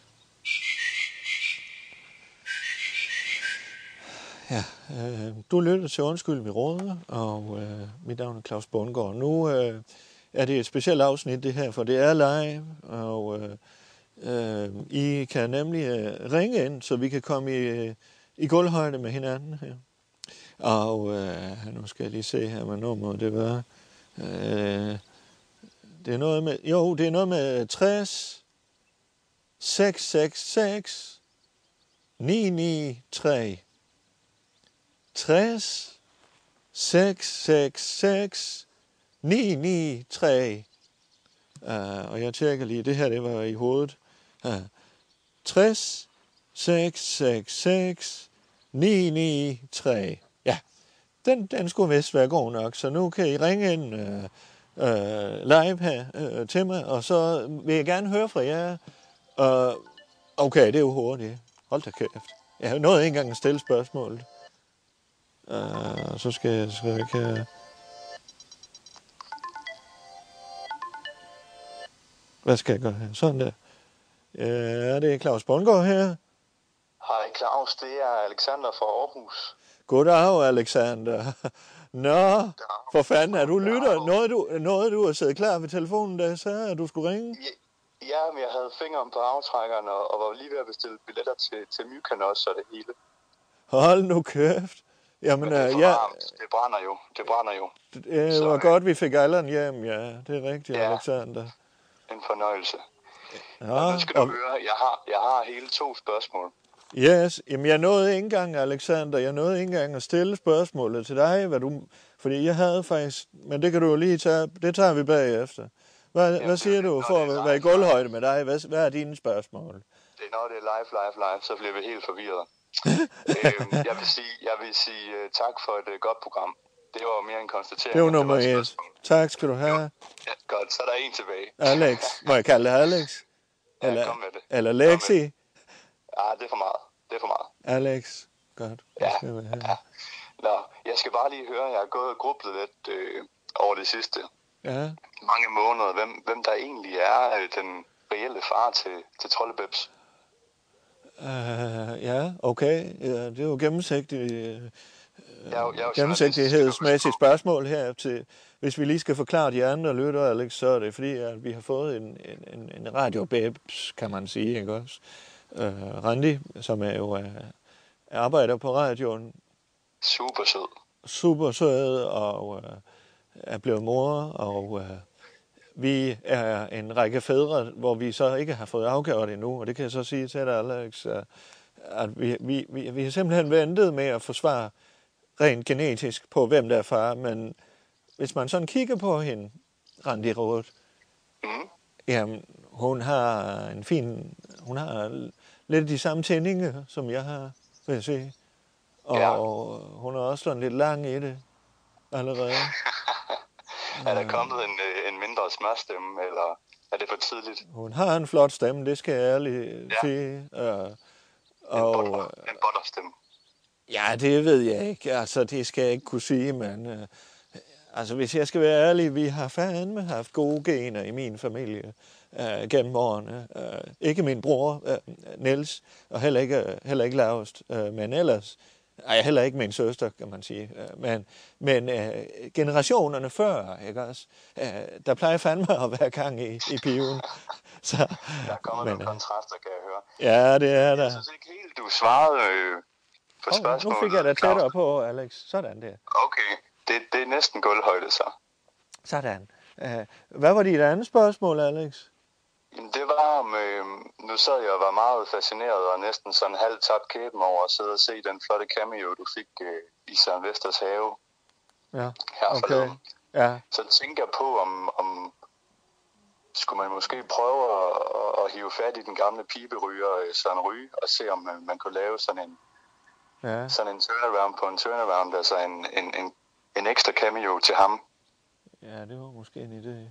Ja, øh, du lytter til Undskyld, vi råder, og øh, mit navn er Claus Bundgaard. Nu øh, er det et specielt afsnit, det her, for det er live, og øh, øh, I kan nemlig øh, ringe ind, så vi kan komme i... i gulvhøjde med hinanden her. Og øh, nu skal jeg lige se her, hvad nummeret det var. Øh, det er noget med, jo, det er noget med tres, seks seks seks, ni ni tre. tres, seks seks seks, ni ni tre. Uh, og jeg tjekker lige, det her, det var i hovedet. Uh, tres, seks seks seks, ni ni tre. Ja, den, den skulle vist være god nok, så nu kan I ringe ind øh, øh, live her øh, til mig, og så vil jeg gerne høre fra jer. Øh, okay, det er jo hurtigt. Hold da kæft. Jeg nåede ikke engang at stille spørgsmålet. Øh, så skal jeg, så jeg kan... Hvad skal jeg gøre her? Sådan der. Ja, det er Claus Bundgaard her. Hej Claus, det er Alexander fra Aarhus. Goddag, Alexander. Nå, for fanden, er du lytter? Nåede du, nåede du at sidde klar ved telefonen, da jeg sagde, at du skulle ringe? Ja, men jeg havde fingeren på aftrækkeren og, og var lige ved at bestille billetter til, til Mykonos og det hele. Hold nu kæft. Jamen, men det er for ja, varmt. Det brænder jo. Det brænder jo. Det, det var så, godt, vi fik Allan hjem, ja. Det er rigtigt, ja, Alexander. En fornøjelse. Ja, og nu skal du og... høre, jeg har, jeg har hele to spørgsmål. Yes, jamen jeg nåede ikke engang, Alexander, jeg nåede ikke engang at stille spørgsmålet til dig, hvad du, fordi jeg havde faktisk, men det kan du jo lige tage, det tager vi bagefter. Hvad, jamen, hvad siger du for at være i gulvhøjde med dig? Hvad, hvad er dine spørgsmål? Det er når det er live, live, live, så bliver vi helt forvirret. øhm, jeg vil sige, jeg vil sige uh, tak for et uh, godt program. Det var mere en konstatering. Det var nummer et. Tak skal du have. Jo. Ja, godt, så er der en tilbage. Alex, må jeg kalde dig Alex? Eller, ja, kom med det. Eller Lexi? Ja, det er for meget. Det er for meget. Alex, godt. Ja, ja. Nå, jeg skal bare lige høre, jeg har gået og grublet lidt øh, over det sidste. Ja. Mange måneder, hvem, hvem der egentlig er øh, den reelle far til, til Troldebebs. Uh, ja, okay. Ja, det er jo gennemsigtigt. Uh, jeg, jeg gennemsigtighedsmæssigt spørgsmål her til, hvis vi lige skal forklare de andre lytter, Alex, så er det fordi, at vi har fået en, en, en radiobabs, kan man sige, ikke også? Uh, Randi, som er jo uh, arbejder på radioen. Super sød. Super sød, og uh, er blevet mor, og uh, vi er en række fædre, hvor vi så ikke har fået afgjort endnu, og det kan jeg så sige til dig, Alex, uh, at vi, vi, vi, vi har simpelthen ventet med at forsvare rent genetisk på, hvem der er far, men hvis man sådan kigger på hende, Randi Roth, mm. jamen, hun har en fin, hun har lidt de samme tændinger, som jeg har, vil jeg sige. Og ja. Hun er også sådan lidt lang i det allerede. Er der kommet en, en mindre smørstemme, eller er det for tidligt? Hun har en flot stemme, det skal jeg ærligt ja. sige. Uh, og, en butter, en butterstemme. Ja, det ved jeg ikke. Altså, det skal jeg ikke kunne sige, men uh, altså, hvis jeg skal være ærlig, vi har fandme haft gode gener i min familie uh, gennem årene. Uh, ikke min bror, uh, Niels, og heller ikke, uh, heller ikke Laust, uh, men ellers, ej, heller ikke min søster, kan man sige. Uh, men men uh, generationerne før, ikke også? Uh, der plejer fandme at være gang i, i piven. Så, der kommer men, nogle kontraster, kan jeg høre. Ja, det er der. Jeg synes ikke helt, du svarede øh, på oh, spørgsmålet. Nu fik jeg da tættere på, Alex. Sådan der. Okay, det, det er næsten gulvhøjde, så. Sådan. Uh, hvad var dit andet spørgsmål, Alex? Jamen, det var om, øh, nu sad jeg og var meget fascineret og næsten sådan halvt tabt kæben over at sidde og se den flotte cameo, du fik øh, i Søren Vesters have. Ja, her okay. Forleden. Ja. Så tænker jeg på, om, om skulle man måske prøve at, at, at hive fat i den gamle piberyger Søren Ryge og se, om man, man kunne lave sådan en, ja. sådan en turnaround på en turnaround, altså en, en, en, en ekstra cameo til ham. Ja, det var måske en idé.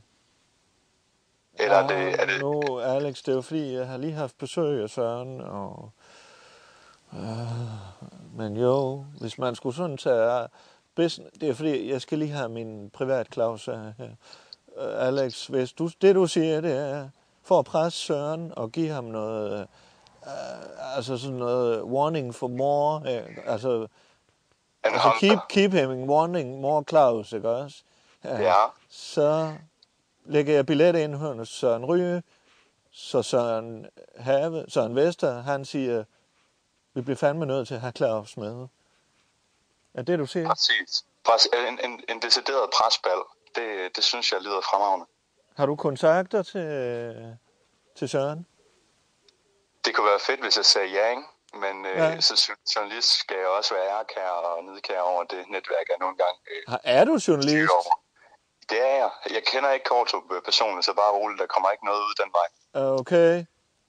Eller ja, det, er det... Nu, Alex, det er jo fordi, jeg har lige haft besøg af Søren, og... Øh, men jo, hvis man skulle sådan tage... Det er fordi, jeg skal lige have min privat Claus her. Uh, Alex, hvis du, det du siger, det er for at presse Søren og give ham noget, uh, altså sådan noget warning for more, uh, altså, altså keep, keep him warning more Claus, ikke også? Uh, ja. Så lægger jeg billet ind hos Søren Ryge, så Søren Have, Søren Vester, han siger, vi bliver fandme nødt til at have Claus med. Er det, du siger? Præcis. En, en, en decideret presbal. Det, det synes jeg lyder fremragende. Har du kontakter til, til Søren? Det kunne være fedt, hvis jeg sagde ja, ikke? Men ja. øh, så journalist skal jeg også være ærkær og nidkær over det netværk, jeg nogle gange... Øh, er du journalist? Det er jeg. Jeg kender ikke Kortrup personligt, så bare roligt, der kommer ikke noget ud den vej. Okay.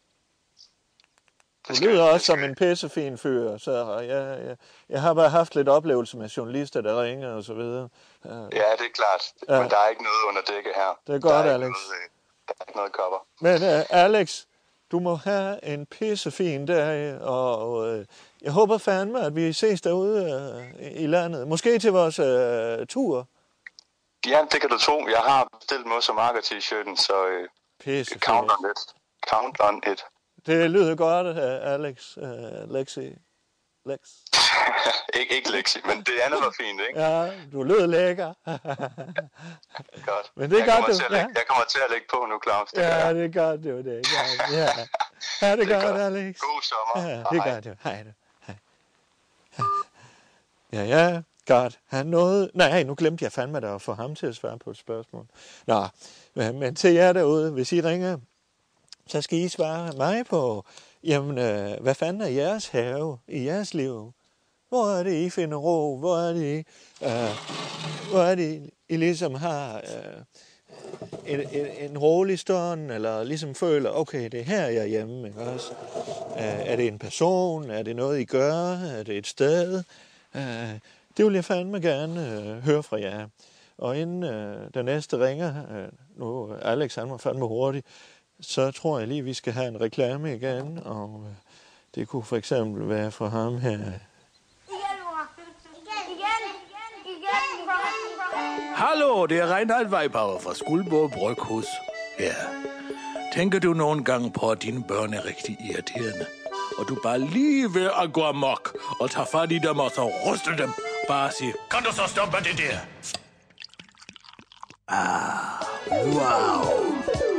Du lyder også som en pissefin fyr, så jeg, jeg, jeg har bare haft lidt oplevelse med journalister, der ringer og så videre. Ja, det er klart, ja. Men der er ikke noget under dække her. Det er godt, der er Alex. Noget, der er ikke noget cover. Men uh, Alex, du må have en pissefin dag, og uh, jeg håber fandme, at vi ses derude uh, i landet. Måske til vores uh, tur. Ja, det kan du tro. Jeg har bestilt Mos og Marker t-shirten, så uh, count on it. Count on it. Det lyder godt, uh, Alex. Uh, Lexi. Lex. Ik- ikke Lexi, men det andet var fint, ikke? Ja, du lød lækker. Godt. Men det er jeg, godt, kommer du, til at lægge, ja. jeg kommer til at lægge på nu, Claus. Det ja, det er godt, du. Det er godt. Ja, ja det, det er godt, godt, Alex. God sommer. Ja, det er godt, du. Hej, du. Hej. Ja, ja, godt. Han nåede... Nej, nu glemte jeg fandme dig at få ham til at svare på et spørgsmål. Nå, men til jer derude, hvis I ringer, så skal I svare mig på, jamen, øh, hvad fanden er jeres have i jeres liv? Hvor er det, I finder ro? Hvor er det, øh, hvor er det I ligesom har øh, en, en, en rolig stund, eller ligesom føler, okay, det er her, jeg er hjemme, ikke også? Øh, er det en person? Er det noget, I gør? Er det et sted? Øh, det vil jeg fandme gerne øh, høre fra jer. Og inden øh, den næste ringer, øh, nu Alex, han var fandme hurtig, så tror jeg lige, vi skal have en reklame igen, og øh, det kunne for eksempel være fra ham her. Hallo, det er Reinhard Weibauer fra Skuldborg Bryghus. Ja. Tænker du nogle gange på, at dine børn er rigtig irriterende? og du er bare lige ved at gå amok, og tage fat i dem, og så ryste dem. Bare sige, kan du så stoppe det der? Ah, wow.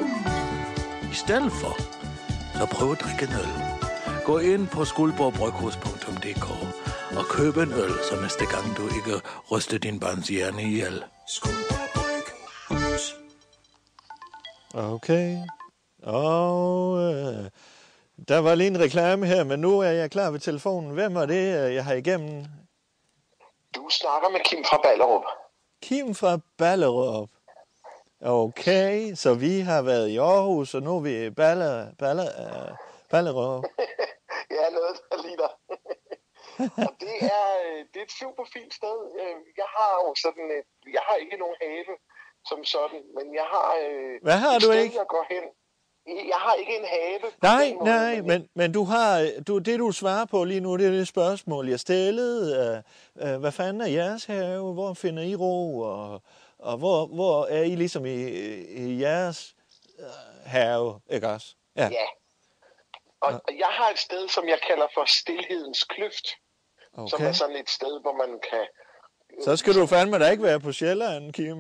I stedet for, så prøv at drikke en øl. Gå ind på skuldborg bryghus punktum d k og køb en øl, så næste gang du ikke ryster din barns hjerne ihjel. Skuldborg Bryghus. Okay. Og øh, der var lige en reklame her, men nu er jeg klar ved telefonen. Hvem er det, jeg har igennem? Du snakker med Kim fra Ballerup. Kim fra Ballerup. Okay, så vi har været i Aarhus, og nu er vi i Balle, Balle, uh, Ballerup. Ja, noget der ligner. Og det er, det er et super fint sted. Jeg har jo sådan et, jeg har ikke nogen have som sådan, men jeg har Hvad har et du sted, ikke? jeg går hen. Jeg har ikke en have. Nej, måde, nej, men, men, men du har, du, det du svarer på lige nu, det er det spørgsmål, jeg stillede. Uh, uh, hvad fanden er jeres have? Hvor finder I ro? Og, og hvor, hvor er I ligesom i, i jeres uh, have, ikke også? Ja. ja. Og, og jeg har et sted, som jeg kalder for Stilhedens Kløft. Okay. Som er sådan et sted, hvor man kan... Så skal du fandme da ikke være på Sjælland, Kim.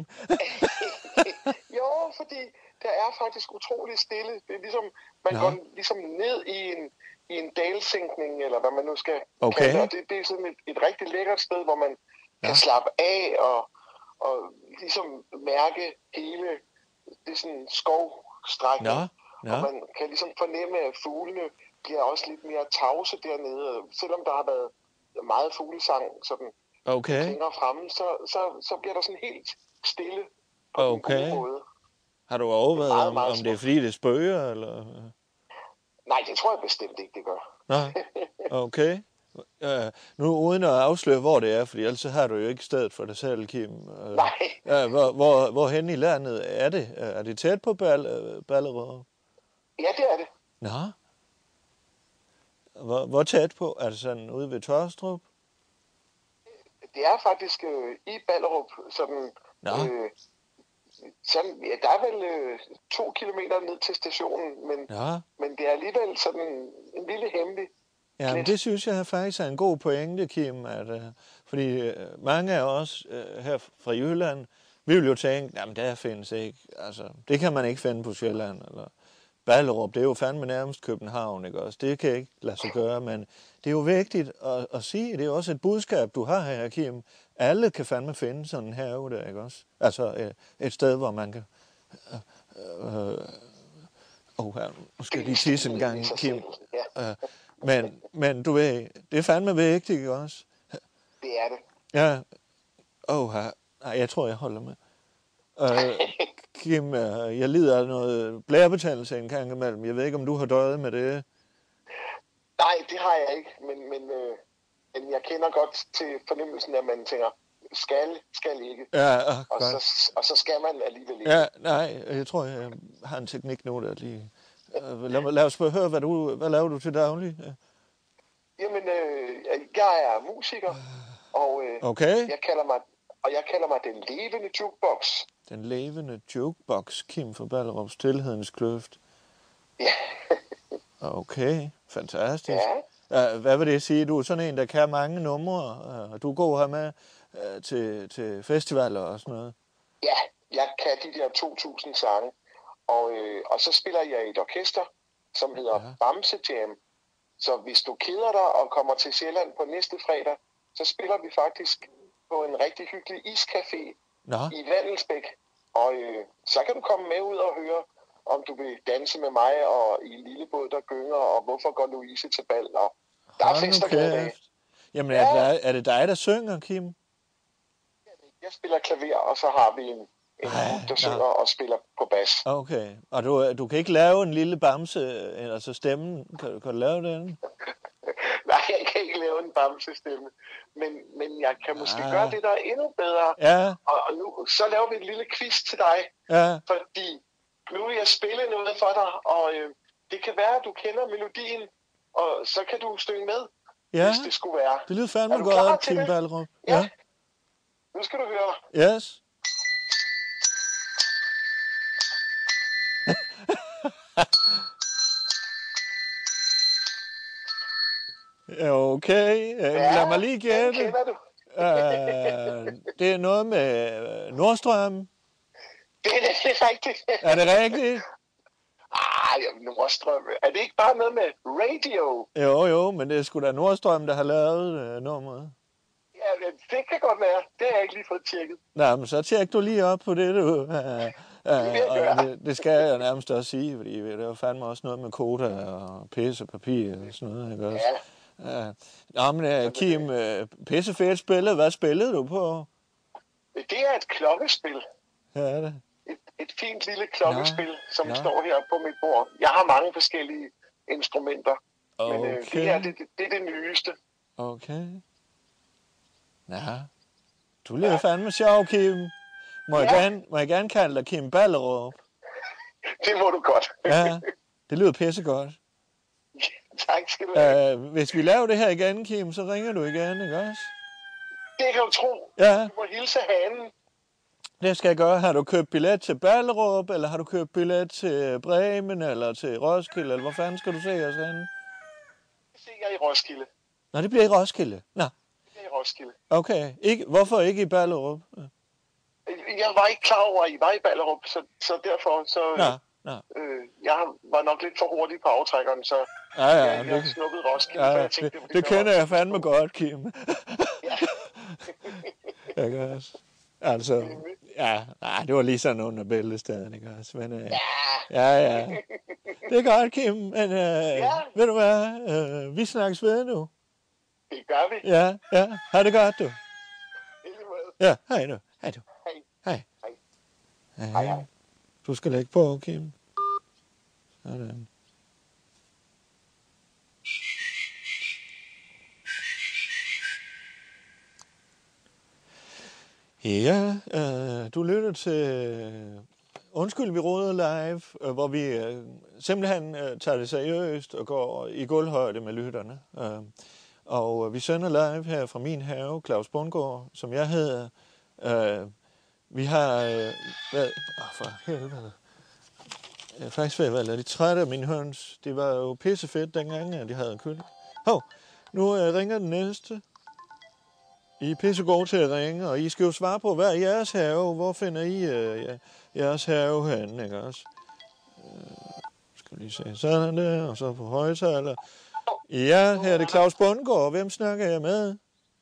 Jo, fordi der er faktisk utrolig stille. Det er ligesom, man ja. går ligesom ned i en, i en dalsænkning, eller hvad man nu skal okay. kalde det. Det, det er sådan et, et rigtig lækkert sted, hvor man ja. kan slappe af og, og ligesom mærke hele det sådan skovstrækning. Ja. Ja. Og man kan ligesom fornemme, at fuglene bliver også lidt mere tavse dernede. Selvom der har været meget fuglesang, sådan okay. klinger fremme, så, så, så bliver der sådan helt stille på okay. en god måde. Har du overvejet, meget, meget om, om det er fordi, det spøger, eller? Nej, det tror jeg bestemt ikke, det gør. Nej, okay. Uh, nu uden at afsløre, hvor det er, fordi ellers har du jo ikke stedet for dig selv, Kim. Uh, Nej. Uh, hvor, hvor, hvor hen i landet er det? Uh, er det tæt på Bal- Ballerup? Ja, det er det. Nå. Hvor, hvor tæt på? Er det sådan ude ved Tørstrup? Det er faktisk øh, i Ballerup, sådan... Øh, sådan ja, der er vel øh, to kilometer ned til stationen, men, ja. men det er alligevel sådan en, en lille hemmelig. Ja, men det synes jeg faktisk er en god pointe, Kim, at, uh, fordi uh, mange af os uh, her fra Jylland, vi vil jo tænke, jamen der findes ikke, altså det kan man ikke finde på Sjælland, eller Ballerup, det er jo fandme nærmest København, ikke også? Det kan ikke lade sig gøre, men det er jo vigtigt at, at sige, det er også et budskab, du har her, Kim. Alle kan fandme finde sådan en have der, ikke også? Altså et, et sted, hvor man kan... Øh, øh, oh, her, nu skal jeg lige tisse en gang, Kim. Øh, men, men du ved, det er fandme vigtigt, ikke også? Det er det. Ja. Åh, her. Nej, jeg tror, jeg holder med. Øh, Kim, jeg lider af noget blærebetændelse en gang imellem. Jeg ved ikke, om du har døjet med det. Nej, det har jeg ikke, men, men, øh, men jeg kender godt til fornemmelsen, at man tænker, skal, skal ikke. Ja, øh, og, så, og så skal man alligevel ikke. Ja, nej, jeg tror, jeg har en teknik nu, der lige... Øh, lad, lad os høre, hvad, du, hvad laver du til daglig? Ja. Jamen, øh, jeg er musiker, og øh, okay. jeg kalder mig... Og jeg kalder mig Den Levende Jukebox. Den Levende Jukebox, Kim fra Ballerup, Stilhedens Kløft. Ja. Okay, fantastisk. Ja. Hvad vil det sige? Du er sådan en, der kan mange numre, og du går her med uh, til, til festivaler og sådan noget. Ja, jeg kan de der to tusind sange. Og, øh, og så spiller jeg i et orkester, som hedder ja. Bamse Jam. Så hvis du keder dig og kommer til Sjælland på næste fredag, så spiller vi faktisk på en rigtig hyggelig iscafé Nå. i Vandelsbæk. Og øh, så kan du komme med ud og høre, om du vil danse med mig og i en lille båd, der gynger, og hvorfor går Louise til bal. Og der er fest og glade dage. Jamen er, ja. det, er det dig, der synger, Kim? Jeg spiller klaver, og så har vi en, en Ej, der synger ja. og spiller på bas. Okay, og du, du kan ikke lave en lille bamse, altså stemmen, kan, kan du lave den? Nej, jeg kan ikke lave en bamsestemme, men, men jeg kan måske ah. gøre det, der er endnu bedre. Ja. Og, og nu, så laver vi en lille quiz til dig, ja. fordi nu vil jeg spille noget for dig, og øh, det kan være, at du kender melodien, og så kan du synge med, ja. hvis det skulle være. Det lyder fandme godt, Kim Ballerup. Ja. ja. Nu skal du høre. Yes. Okay, ja, lad mig lige gætte. Kender du? uh, det er noget med Nordstrøm. Det er det rigtigt. Er det rigtigt? Ah, jamen, Nordstrøm. Er det ikke bare noget med radio? Jo, jo, men det er sgu da Nordstrøm, der har lavet uh, nummeret. Ja, det kan godt være. Det har jeg ikke lige fået tjekket. Nej, men så tjek du lige op på det, du. Uh, uh, og det, det skal jeg nærmest også sige, fordi det var fandme også noget med koda og pissepapir og sådan noget, ikke også? Ja. Uh, nå, men uh, Kim, uh, pissefedt spillet. Hvad spillede du på? Det er et klokkespil. Ja, er det? Et, et fint lille klokkespil, ja. som ja. står her på mit bord. Jeg har mange forskellige instrumenter, okay. men uh, det her, det, det, det er det nyeste. Okay. Ja, du lyder ja. fandme sjov, Kim. Må, ja. jeg gerne, må jeg gerne kalde dig Kim Ballerup? Det må du godt. Ja, det lyder pissegodt. Tak skal du have. Uh, hvis vi laver det her igen, Kim, så ringer du igen, ikke også? Det kan du tro. Ja. Du må hilse hanen. Det skal jeg gøre. Har du købt billet til Ballerup, eller har du købt billet til Bremen, eller til Roskilde, eller hvor fanden skal du se os henne? Jeg ser i Roskilde. Nå, det bliver i Roskilde. Nå. Det bliver i Roskilde. Okay. Ikke, hvorfor ikke i Ballerup? Jeg var ikke klar over, at I var i Ballerup, så, så derfor så... Nå, nå. Øh, jeg var nok lidt for hurtig på aftrækkeren, så ja, ja, jeg, jeg det, snuppede Roskilde, ja, for jeg tænkte, det, det, det, det kender jeg fandme godt, Kim. Ja. Jeg kan også. Altså, ja, nej, det var lige sådan under bæltestaden, ikke også? Men, øh, ja, ja. Det er godt, Kim, men øh, ja. ved du hvad, øh, vi snakkes ved nu. Det gør vi. Ja, ja, ha' det godt, du. Ja, hej nu. Hej du. Hej. Hej. Hej. Hej, hej. Du skal lægge på, Kim. Sådan. Ja, øh, du lytter til Undskyld, vi råder live, øh, hvor vi øh, simpelthen øh, tager det seriøst og går i gulvhøjde med lytterne. Øh, og øh, vi sender live her fra min have, Claus Bundgaard, som jeg hedder. Øh, vi har øh, været... Åh, for helvede. Jeg er faktisk ved at være lidt træt af mine høns. Det var jo pissefedt dengang, at de havde kylling. Hov, nu øh, ringer den næste. I er pissegode til at ringe, og I skal jo svare på, hvad er jeres have? Hvor finder I øh, ja, jeres have henne, ikke også? Øh, skal vi lige se sådan der, og så på højtaler. Ja, her er det Claus Bundgaard. Hvem snakker jeg med?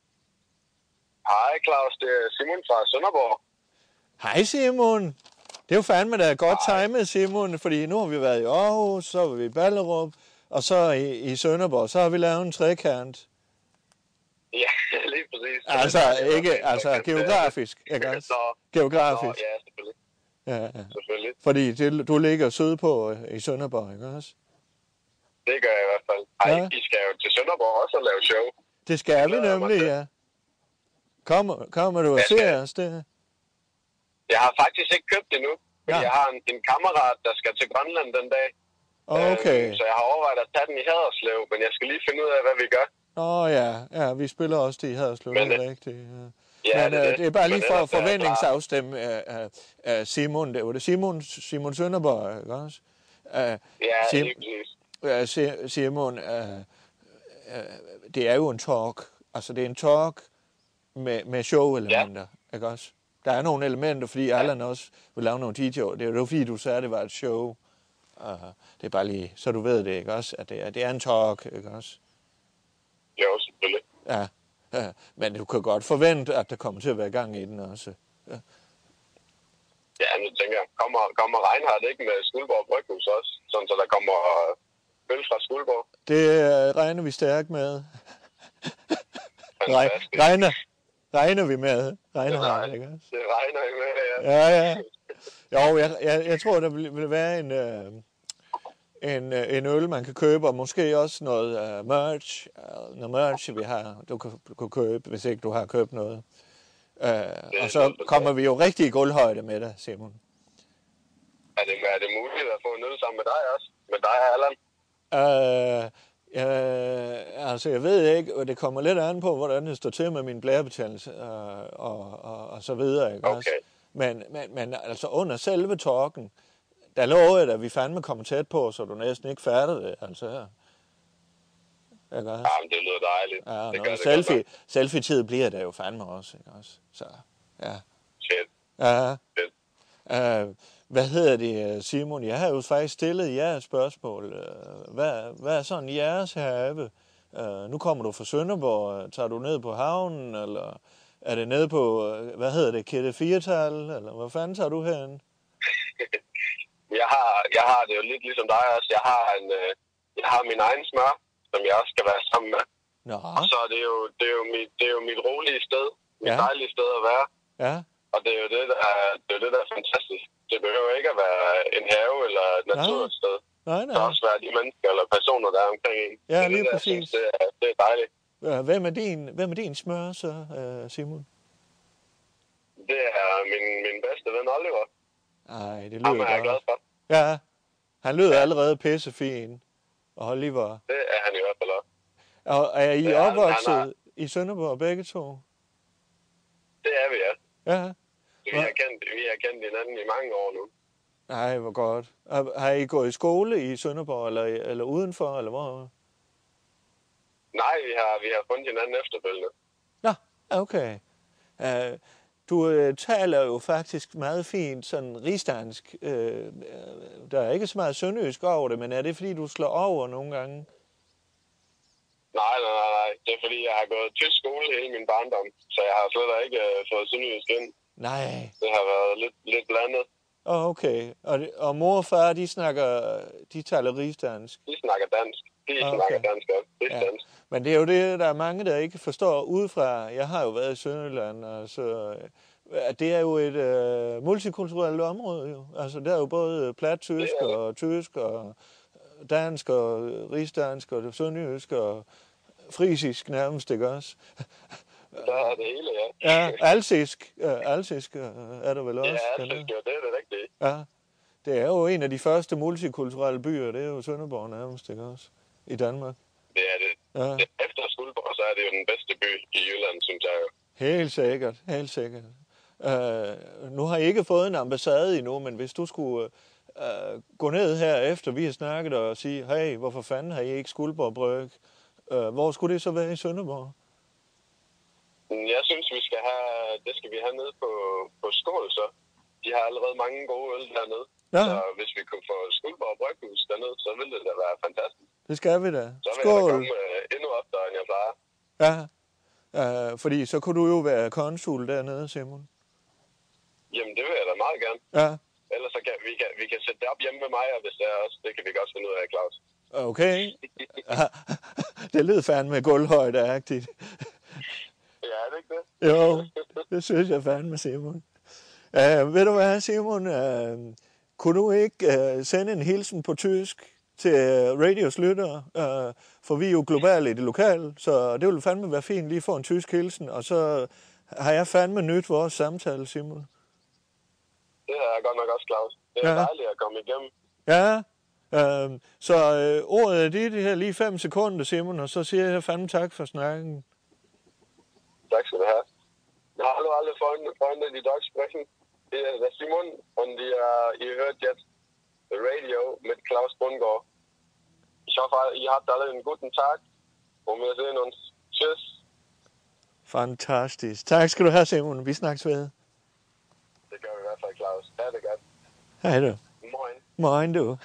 Hej Claus, det er Simon fra Sønderborg. Hej Simon. Det er jo fandme da godt timet, Simon, fordi nu har vi været i Aarhus, så var vi i Ballerup, og så i, i Sønderborg, så har vi lavet en trekant. Ja, lige præcis. Altså, ikke, altså geografisk, ikke også? Geografisk. Nå, ja, selvfølgelig. Ja, ja. Selvfølgelig. Fordi det, du ligger sydpå i Sønderborg, ikke også? Det gør jeg i hvert fald. Ej, ja. I skal jo til Sønderborg også og lave show. Det skal vi nemlig, ja. Kommer, kommer du og ser os der? Jeg har faktisk ikke købt det nu, fordi ja. jeg har en, en kammerat, der skal til Grønland den dag. Okay. Øhm, så jeg har overvejet at tage den i Haderslev, men jeg skal lige finde ud af, hvad vi gør. Åh oh, ja, ja, vi spiller også det i Haderslev, det er rigtigt. Ja. Ja, men det, øh, det er bare lige for at forventningsafstemme af, af Simon. Det var det Simon, Simon Sønderborg, ikke også? Uh, ja, Sim, lige uh, Simon, uh, uh, det er jo en talk. Altså, det er en talk med, med show-elementer, ja. Ikke også? Der er nogle elementer, fordi ja. Allan også vil lave nogle D J'er. Det er jo fordi, du sagde, at det var et show. Uh, det er bare lige, så du ved det, ikke også? At det er, det er en talk, ikke også? Jo, selvfølgelig. Ja, ja, men du kan godt forvente, at der kommer til at være gang i den også. Ja, ja nu tænker jeg, kommer, kommer Reinhardt ikke med Skuldborg Bryghus også? Sådan, så der kommer øl fra Skuldborg? Det uh, regner vi stærkt med. regner, regner vi med. Regner det, regner, ikke også? Det regner vi med, ja. Ja, ja. Jo, jeg, jeg, jeg tror, der vil, vil være en... Uh, En, en øl, man kan købe, og måske også noget uh, merch, uh, noget merch, vi har, du kan, du kan købe, hvis ikke du har købt noget. Uh, og så kommer vi jo rigtig i gulvhøjde med dig, Simon. Er det, er det muligt at få en øl sammen med dig også? Med dig og Allan? Uh, uh, altså, jeg ved ikke, og det kommer lidt an på, hvordan det står til med min blærebetændelse uh, og, og, og så videre, ikke okay. også? Men, men, men altså under selve talken, der lover jeg, at vi fandme kommer tæt på, så du næsten ikke fatter det, altså her. Ikke også? Ja, men det lyder dejligt. Ja, det gør det selfie, godt. selfie-tid bliver der jo fandme også, ikke også? Så, ja. Fedt. Ja. Fedt. Uh, hvad hedder det, Simon? Jeg har jo faktisk stillet jer et spørgsmål. Uh, hvad, hvad er sådan jeres have? Uh, nu kommer du fra Sønderborg. Tager du ned på havnen, eller er det nede på, hvad hedder det, Kette Firetal, eller hvad fanden tager du herhen? jeg, har, jeg har det jo lidt ligesom dig også. Jeg har, en, jeg har min egen smør, som jeg også skal være sammen med. Nå. Og så er det jo, det er jo, mit, det er jo mit rolige sted. Mit ja. dejlige sted at være. Ja. Og det er jo det, der er, det er, det, der er fantastisk. Det behøver ikke at være en have eller et natursted. Nej, nej. Det kan også være de mennesker eller personer, der er omkring en. Ja, det lige det, præcis. Synes, det, er, det er dejligt. Hvem er din, hvem er din smør så, Simon? Det er min, min bedste ven, Oliver. Ej, det lyder Ham er jeg glad for. Ja, han lyder ja. allerede pissefin. Og Oliver. Det er han i hvert fald også. Og er I er, opvokset har... i Sønderborg begge to? Det er vi, ja. Ja. Vi har, kendt, vi har kendt hinanden i mange år nu. Nej, hvor godt. Har I gået i skole i Sønderborg, eller, eller udenfor, eller hvor? Nej, vi har, vi har fundet hinanden efterfølgende. Nå, okay. Uh, du uh, taler jo faktisk meget fint sådan rigsdansk. Uh, der er ikke så meget sønderjysk over det, men er det fordi, du slår over nogle gange? Nej, nej, nej, nej. Det er fordi, jeg har gået tysk skole hele min barndom, så jeg har slet ikke uh, fået sønderjysk ind. Nej. Det har været lidt, lidt blandet. Åh, oh, okay. Og, og mor og far, de snakker, de taler rigsdansk? De snakker dansk. De okay. snakker dansk også. Rigsdansk. Ja. Men det er jo det, der er mange, der ikke forstår udefra. Jeg har jo været i Sønderjylland, og så... Det er jo et uh, multikulturelt område, jo. Altså, der er jo både plattysk og tysk og dansk og rigsdansk og sønderjysk og frisisk nærmest, ikke også? Der er det hele, ja. Ja, alsisk. Uh, alsisk uh, er der vel også. Ja, alsisk, jo, det er det rigtigt. Ja, det er jo en af de første multikulturelle byer, det er jo Sønderborg nærmest, ikke også? I Danmark. Det er det. Ja. Efter Skuldborg, så er det jo den bedste by i Jylland, synes jeg jo. Helt sikkert, helt sikkert. Uh, nu har I ikke fået en ambassade endnu, men hvis du skulle uh, gå ned her efter vi har snakket og sige, hey, hvorfor fanden har I ikke Skuldborg Bryg? Uh, hvor skulle det så være i Sønderborg? Jeg synes, vi skal have, det skal vi have nede på, på Skål, så. De har allerede mange gode øl dernede. Ja. Så hvis vi kunne få Skuldborg Bryghus dernede, så ville det da være fantastisk. Det skal vi da. Så vil Skål. jeg da komme uh, endnu oftere, end jeg plejer. Ja, uh, fordi så kunne du jo være konsul dernede, Simon. Jamen, det vil jeg da meget gerne. Ja. Ellers så kan vi, kan, vi kan sætte det op hjemme med mig, og hvis det er også, det kan vi godt finde ud af, Claus. Okay. Det lyder fandme gulvhøjde-agtigt. Ja, er det ikke det? Jo, det synes jeg fandme, Simon. Uh, ved du hvad, Simon? Uh, kunne du ikke uh, sende en hilsen på tysk til uh, radios lyttere? Uh, for vi er jo globale i det lokale, så det ville fandme være fint lige at få en tysk hilsen. Og så har jeg fandme nyt vores samtale, Simon. Det har jeg godt nok også, Claus. Det er ja. dejligt at komme igennem. Ja, uh, så uh, ordet er dit her lige fem sekunder, Simon, og så siger jeg fandme tak for snakken. Tak skal du have. Hallo alle Freunde, Freunde, die Deutsch sprechen. Hier ist der Simon und ihr, ihr hört jetzt Radio mit Klaus Bundgaard. Ich hoffe, ihr habt alle einen guten Tag und wir sehen uns. Tschüss. Fantastisk. Tak skal du have, Simon. Vi snakkes ved. Det gør vi i hvert fald, Klaus. Ha' det godt. Hej du. Moin. Moin du.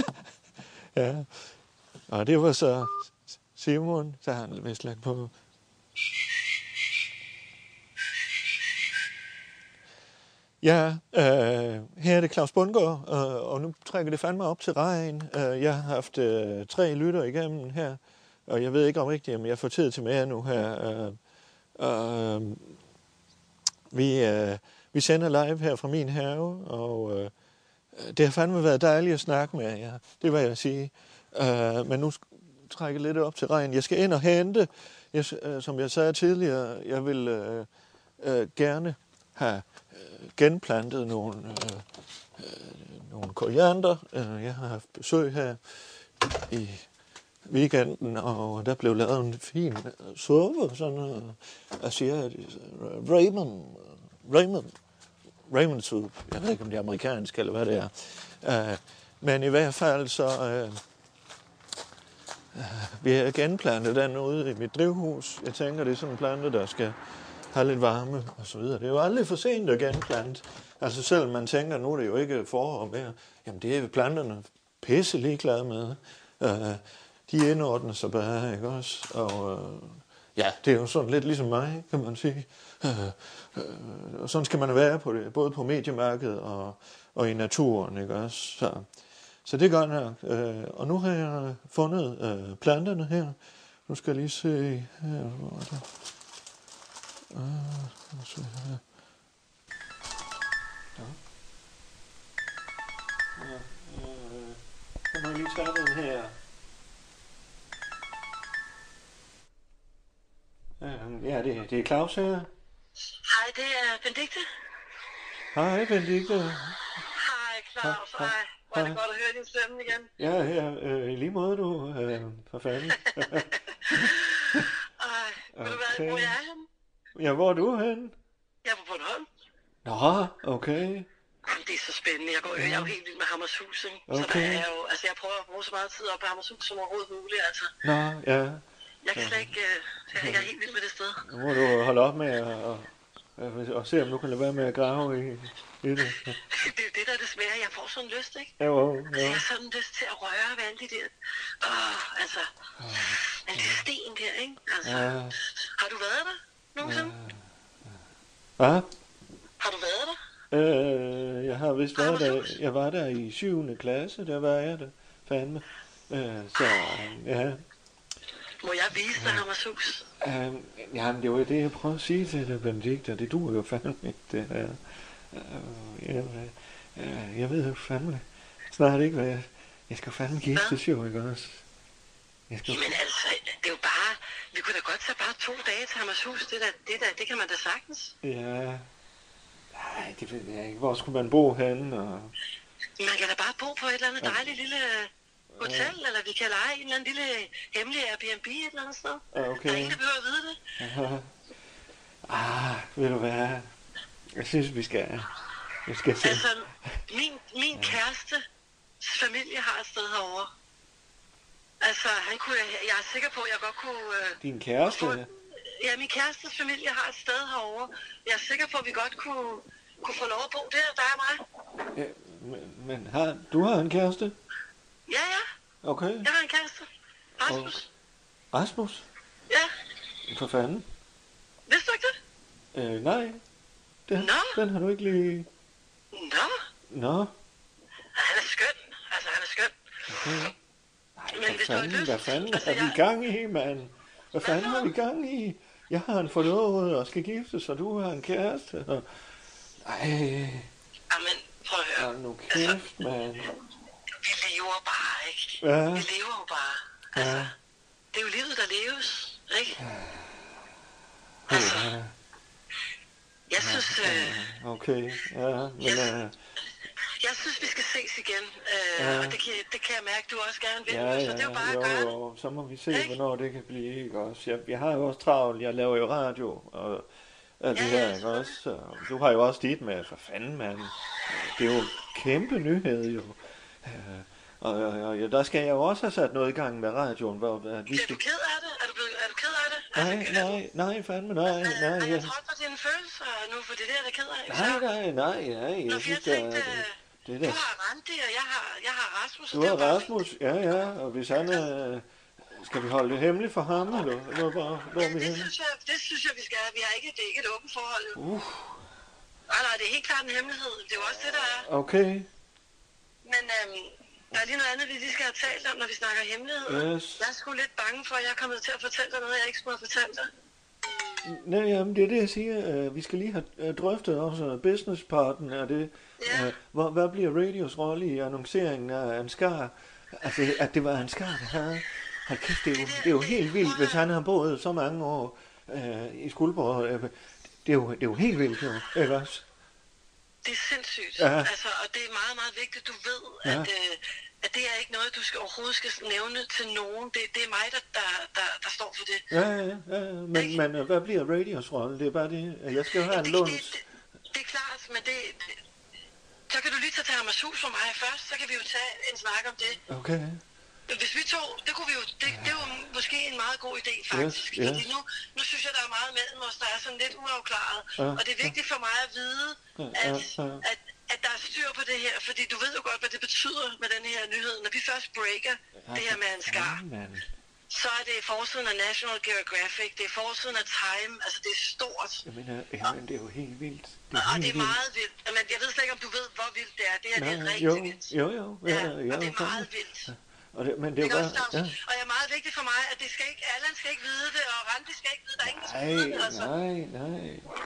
Ja. Og det var så Simon, så har han vist lagt på. Ja, øh, her er det Claus Bundgaard, øh, og nu trækker det fandme op til regn. Øh, jeg har haft øh, tre lytter igennem her, og jeg ved ikke om rigtigt, om jeg får tid til mere nu her. Øh, øh, vi, øh, vi sender live her fra min have, og øh, det har fandme været dejligt at snakke med jer. Det vil jeg sige. Øh, men nu trækker lidt op til regn. Jeg skal ind og hente, jeg, øh, som jeg sagde tidligere, jeg vil øh, øh, gerne have genplantet nogle, øh, øh, nogle koriander. Jeg har haft besøg her i weekenden, og der blev lavet en fin suppe, sådan noget asiatisk. Ramen, ramen, ramen soup. Jeg ved ikke, om det er amerikansk, eller hvad det er. Uh, men i hvert fald så, uh, vi har genplantet den ude i mit drivhus. Jeg tænker, det er sådan en plante, der skal have lidt varme og så videre. Det er jo aldrig for sent at genplante. Altså selvom man tænker, nu er det jo ikke forår mere. Jamen det er planterne pisse ligeglade med. Uh, de indordner sig bare, ikke også? Og uh, ja, det er jo sådan lidt ligesom mig, kan man sige. Uh, uh, og sådan skal man være på det, både på mediemarkedet og, og i naturen, ikke også? Så, så det er godt nok. Uh, og nu har jeg fundet uh, planterne her. Nu skal jeg lige se her, hvor er det? Uh, se her. Ja. Ja, øh, så må jeg lige tage den her. Ja, det, det er Claus her. Hej, det er Benedikte. Hej, Benedikte. Hej, Claus. Hej. Hvor er det godt at høre din stemme igen. Ja, ja, øh, i lige måde du, øh, for fanden. Ej, vil du være, hvor jeg er henne? Ja, hvor er du henne? Jeg er på Bornholm. Nå, okay. Jamen, det er så spændende. Jeg, går, ja. jeg er jo helt vild med Hammershus, ikke? Okay. Så der er jo, altså, jeg prøver at bruge så meget tid op på Hammershus som overhovedet muligt, altså. Nå, ja. Jeg kan slet ikke, jeg, jeg er helt vild med det sted. Nu må du holde op med at, og, og se, om du kan lade være med at grave i, i det. Det er det, der er det svære. Jeg får sådan lyst, ikke? Jo, jo. Altså, jeg har sådan lyst til at røre ved alle de der, åh, altså, alle de sten der, ikke? Altså, ja. Har du været der nogensinde? Hvad? Har du været der? Øh, jeg har vist været der. Jeg var der i syvende klasse, der var jeg der. Fandme. Øh, så, ja. Må jeg vise dig Hammershus? Øh, jamen, det var det, jeg prøvede at sige til dig, Benedikte. Det duer jo fandme ikke, det her. Øh, jeg, øh, jeg ved jo fandme snart ikke, hvad jeg... Jeg skal fandme giftes jo, ikke også? Jeg skal... Jamen altså, det er jo bare... Vi kunne da godt tage bare to dage til Hammershus. Det, der, det, der, det kan man da sagtens. Ja... Nej, det ved jeg ikke. Hvor skulle man bo henne? Og... Man kan da bare bo på et eller andet dejligt lille hotel, ja. Eller vi kan lege en eller anden lille hemmelig Airbnb et eller andet sted. Okay. Der er ingen, der behøver at vide det. Aha. Ah, ved du hvad? Jeg synes, vi skal... Vi skal se. Altså, min, min ja. kærestes familie har et sted herovre. Altså, han kunne, jeg er sikker på, at jeg godt kunne... Uh, Din kæreste? få, ja, min kærestes familie har et sted herovre. Jeg er sikker på, at vi godt kunne, kunne få lov at bo der, der er mig. Ja, men, men har, du har en kæreste? Ja, ja. Okay. Jeg har en kæreste. Rasmus. Og Rasmus? Ja. For fanden? Vidste du ikke det? Øh, nej. Den, Nå. Den har du ikke lige... Nå. Nå. Han er skøn. Altså, han er skøn. Okay. Nej, Men hvad hvis du har fanden, lyst... hvad fanden altså, er vi jeg... i gang i, mand? Hvad fanden har vi i gang i? Jeg har en forlovet og skal giftes, og du har en kæreste. Og... Ej. Jamen, prøv at høre. Hold nu kæft, altså, mand. Vi lever bare, ikke? Ja. Vi lever jo bare. Altså, ja. Det er jo livet, der leves, ikke? Ja. Altså, ja. jeg synes... Øh, okay, ja, men... Jeg, øh, jeg synes, vi skal ses igen, øh, ja. og det kan, det kan jeg mærke, du også gerne vil, ja, ja, så det er jo bare jo, at gøre. Jo, så må vi se, ikke? Hvornår det kan blive, ikke også? Jeg, jeg har jo også travlt, jeg laver jo radio, og alt det ja, her, ikke også? Så, du har jo også dit med, for fanden, mand. Det er jo kæmpe nyhed, jo. Og, og, og der skal jeg jo også have sat noget i gang med radioen, hvor... At vi skal... Er du ked af det? Er du, blevet, er du ked af det? Nej, altså, nej, nej, fandme, nej, nej. Har jeg ja. trådt på dine følelser nu, for det der, der er ked af? Nej, nej, nej, nej. Nå, Jeg synes, jeg tænkte, det, det, det du har Randi, og jeg har, jeg har Rasmus. Du har Rasmus, ja, ja, og hvis han er... Skal vi holde det hemmeligt for ham, eller hvor, hvor, hvor ja, vi det synes, jeg, det synes jeg, vi skal. Vi har ikke, det er ikke et åbent forhold. Uh. Nej, nej, det er helt klart en hemmelighed. Det er jo også det, der er. Okay. Men øhm, der er lige noget andet, vi lige skal have talt om, når vi snakker hemmelighed. Yes. Jeg er sgu lidt bange for, at jeg er kommet til at fortælle dig noget, jeg ikke skulle have fortalt dig. Nej, jamen, det er det, jeg siger. Uh, vi skal lige have uh, drøftet også businessparten af det. Ja. Uh, hvor, hvad bliver radios rolle i annonceringen af Ansgar? Altså, at det var Ansgar, der havde... Hold kæft, det er jo, det er jo helt vildt, hvis han har boet så mange år uh, i Skuldborg. Uh, det, er jo, det er jo helt vildt, jo. Ikke også? Det er sindssygt. Ja. Altså, og det er meget, meget vigtigt, du ved, ja. at, øh, at det er ikke noget, du skal overhovedet skal nævne til nogen. Det, det er mig, der, der, der, der står for det. Ja, ja, ja. Men, men hvad bliver radios rolle? Det er bare det. Jeg skal jo have en lunds. Det, det, det er klart, men det, det... Så kan du lige tage til Hammershus for mig først, så kan vi jo tage en snak om det. Okay. hvis vi to, det kunne vi jo, det, det er jo måske en meget god idé faktisk. Yes, yes. Fordi nu, nu synes jeg, der er meget mellem os, der er sådan lidt uafklaret. Ja, og det er vigtigt for mig at vide, at, ja, ja. At, at der er styr på det her. Fordi du ved jo godt, hvad det betyder med den her nyhed. Når vi først breaker ja, det her med en skar, ja, så er det forsiden af National Geographic, det er forsiden af Time, altså det er stort. Jamen, jamen det er jo helt vildt. Det er og helt det er vildt. meget vildt. Men jeg ved slet ikke, om du ved, hvor vildt det er. Det er, Nej, det er rigtig jo, vildt. Jo, jo, ja, ja, ja, og det er ja, meget vildt. Ja. Og det, men det er jo bare, ja. Og det er meget vigtigt for mig, at det skal ikke, Allan skal ikke vide det, og Randi skal ikke vide, der er ingen, der skal vide det. Altså. Nej, nej,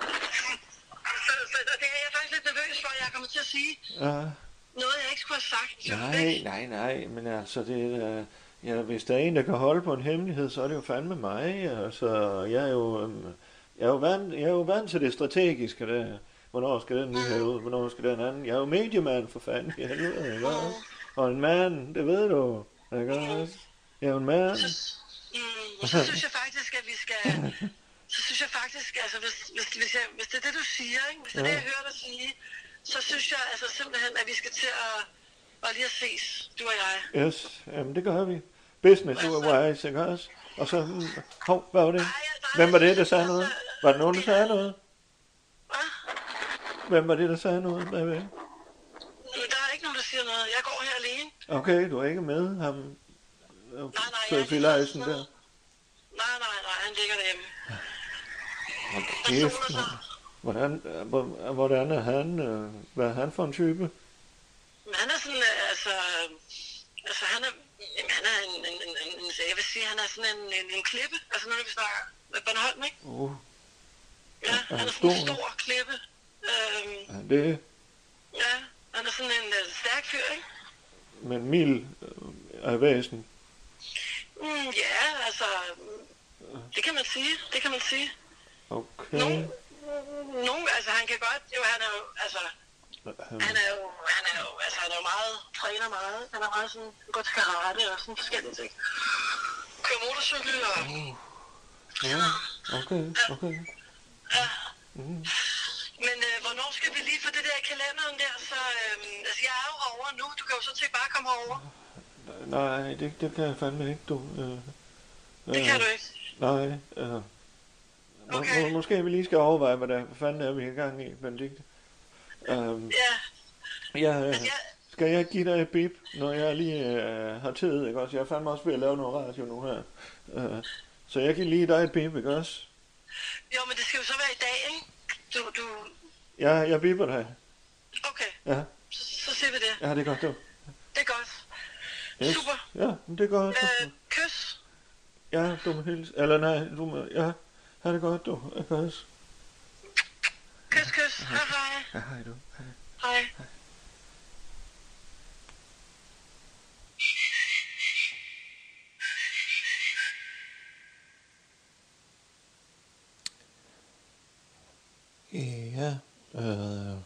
så, så det er jeg faktisk lidt nervøs for, at jeg kommer til at sige ja. noget, jeg ikke skulle have sagt. Nej, nej, nej, men altså, det er, ja, hvis der er en, der kan holde på en hemmelighed, så er det jo fandme mig. Altså, jeg er jo, jeg er jo vant, jeg er jo vant til det strategiske der. Hvornår skal den nyhed ud, hvornår skal den anden? Jeg er jo mediemand for fanden, jeg ved ikke også. Og en mand, det ved du, ikke også? Jeg er jo en mand. Så, mm, så synes jeg faktisk, at vi skal... Så synes jeg faktisk, altså hvis, hvis, hvis, jeg, hvis det er det, du siger, ikke? Hvis det er ja. det, jeg hører dig sige, så synes jeg altså simpelthen, at vi skal til at, at lige at ses, du og jeg. Yes, jamen det gør vi. Business altså, wise, ikke også? Og så, hov, hvad var det? Hvem var det, der sagde noget? Var der nogen, der sagde noget? Hvad? Hvem var det, der sagde noget? Hvad ved? Der er ikke nogen, der siger noget. Jeg går her alene. Okay, du er ikke med ham? Nej, nej, Sophie Leisen der? Nej, nej, nej, han ligger derhjemme. Okay, hvordan, hvordan er han? Hvad er han for en type? Han er sådan, altså, altså han er, jamen, han er en, en, en, en, jeg vil sige, han er sådan en, en, en klippe, altså nu når vi snakker med Bornholm, ikke? Uh. Ja, han er, er sådan en stor klippe. Øhm, er det? Ja, han er sådan en uh, stærk fyr, ikke? Men mild uh, er væsen? Mm, ja, altså, det kan man sige, det kan man sige. Okay. Nogen, nogen, altså han kan godt, jo han er jo, altså, han er jo, han er jo, altså han er jo meget, træner meget, han er meget sådan, godt til karate og sådan forskellige ting. Kører motorcykel og... Oh. Ja, okay, okay. Ja. Mm. Men øh, hvornår skal vi lige få det der i kalenderen der, så, øh, altså jeg er jo herovre nu, du kan jo så til bare komme herover. Nej, det, det kan jeg fandme ikke, du. Øh, det øh, kan du ikke? Nej, øh. Okay. Må, måske vi lige skal overveje, hvad, der, hvad fanden er vi i gang i, Benedikte. Um, ja. Ja, uh, skal jeg give dig et bip, når jeg lige uh, har tid, ikke også? Jeg er fandme også ved at lave noget radio nu her. Uh, så jeg kan lige dig et bip, ikke også? Jo, men det skal jo så være i dag, ikke? Du, du... Ja, jeg bipper dig. Okay. Ja. Så, så siger vi det. Ja, det er godt, du. Det er godt. Yes. Super. Ja, det er godt. Øh, kys. Ja, du må hilse. Eller nej, du må... Ja. Ha' det godt, du. Ikke også? Kys, kys. Hej, hej. Ja, hej, du. Hej. Hej. Hej. Ja, øh...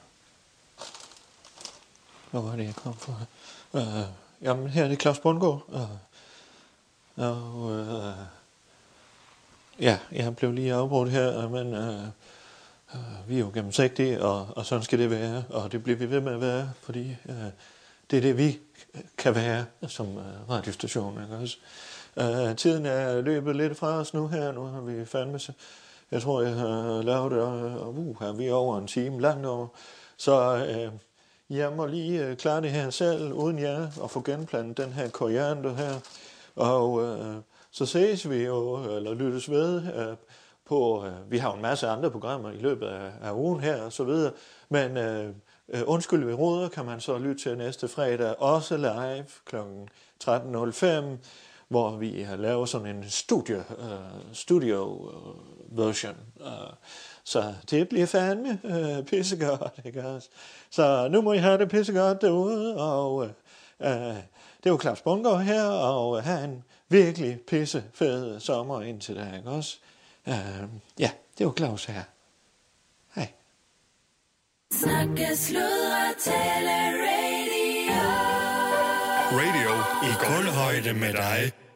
hvor var det, jeg kom fra? Øh, jamen, her er det Claus Bundgaard. Øh, og... Øh, Ja, jeg blev lige afbrudt her, men øh, øh, vi er jo gennemsigtige, og, og sådan skal det være, og det bliver vi ved med at være, fordi øh, det er det, vi kan være som øh, radiostation. Ikke også? Øh, tiden er løbet lidt fra os nu her, nu har vi fandme, jeg tror, jeg har lavet det, og uh, her vi er over en time, langt over, så øh, jeg må lige øh, klare det her selv, uden jer, og få genplantet den her koriander her, og... Øh, Så ses vi jo, eller lyttes ved øh, på, øh, vi har jo en masse andre programmer i løbet af, af ugen her og så videre, men øh, øh, Undskyld vi råder kan man så lytte til næste fredag, også live klokken tretten nul fem, hvor vi har lavet sådan en studio, øh, studio øh, version. Øh, så det bliver fandme øh, pissegodt, ikke også? Så nu må I have det pissegodt derude, og øh, øh, det var Claus Bundgaard her, og have en virkelig pisse fed sommer indtil da, ikke også? Uh, ja, det var Claus her. Hej. Snakke, sludre, tale, radio. Radio i kulhøjde med dig.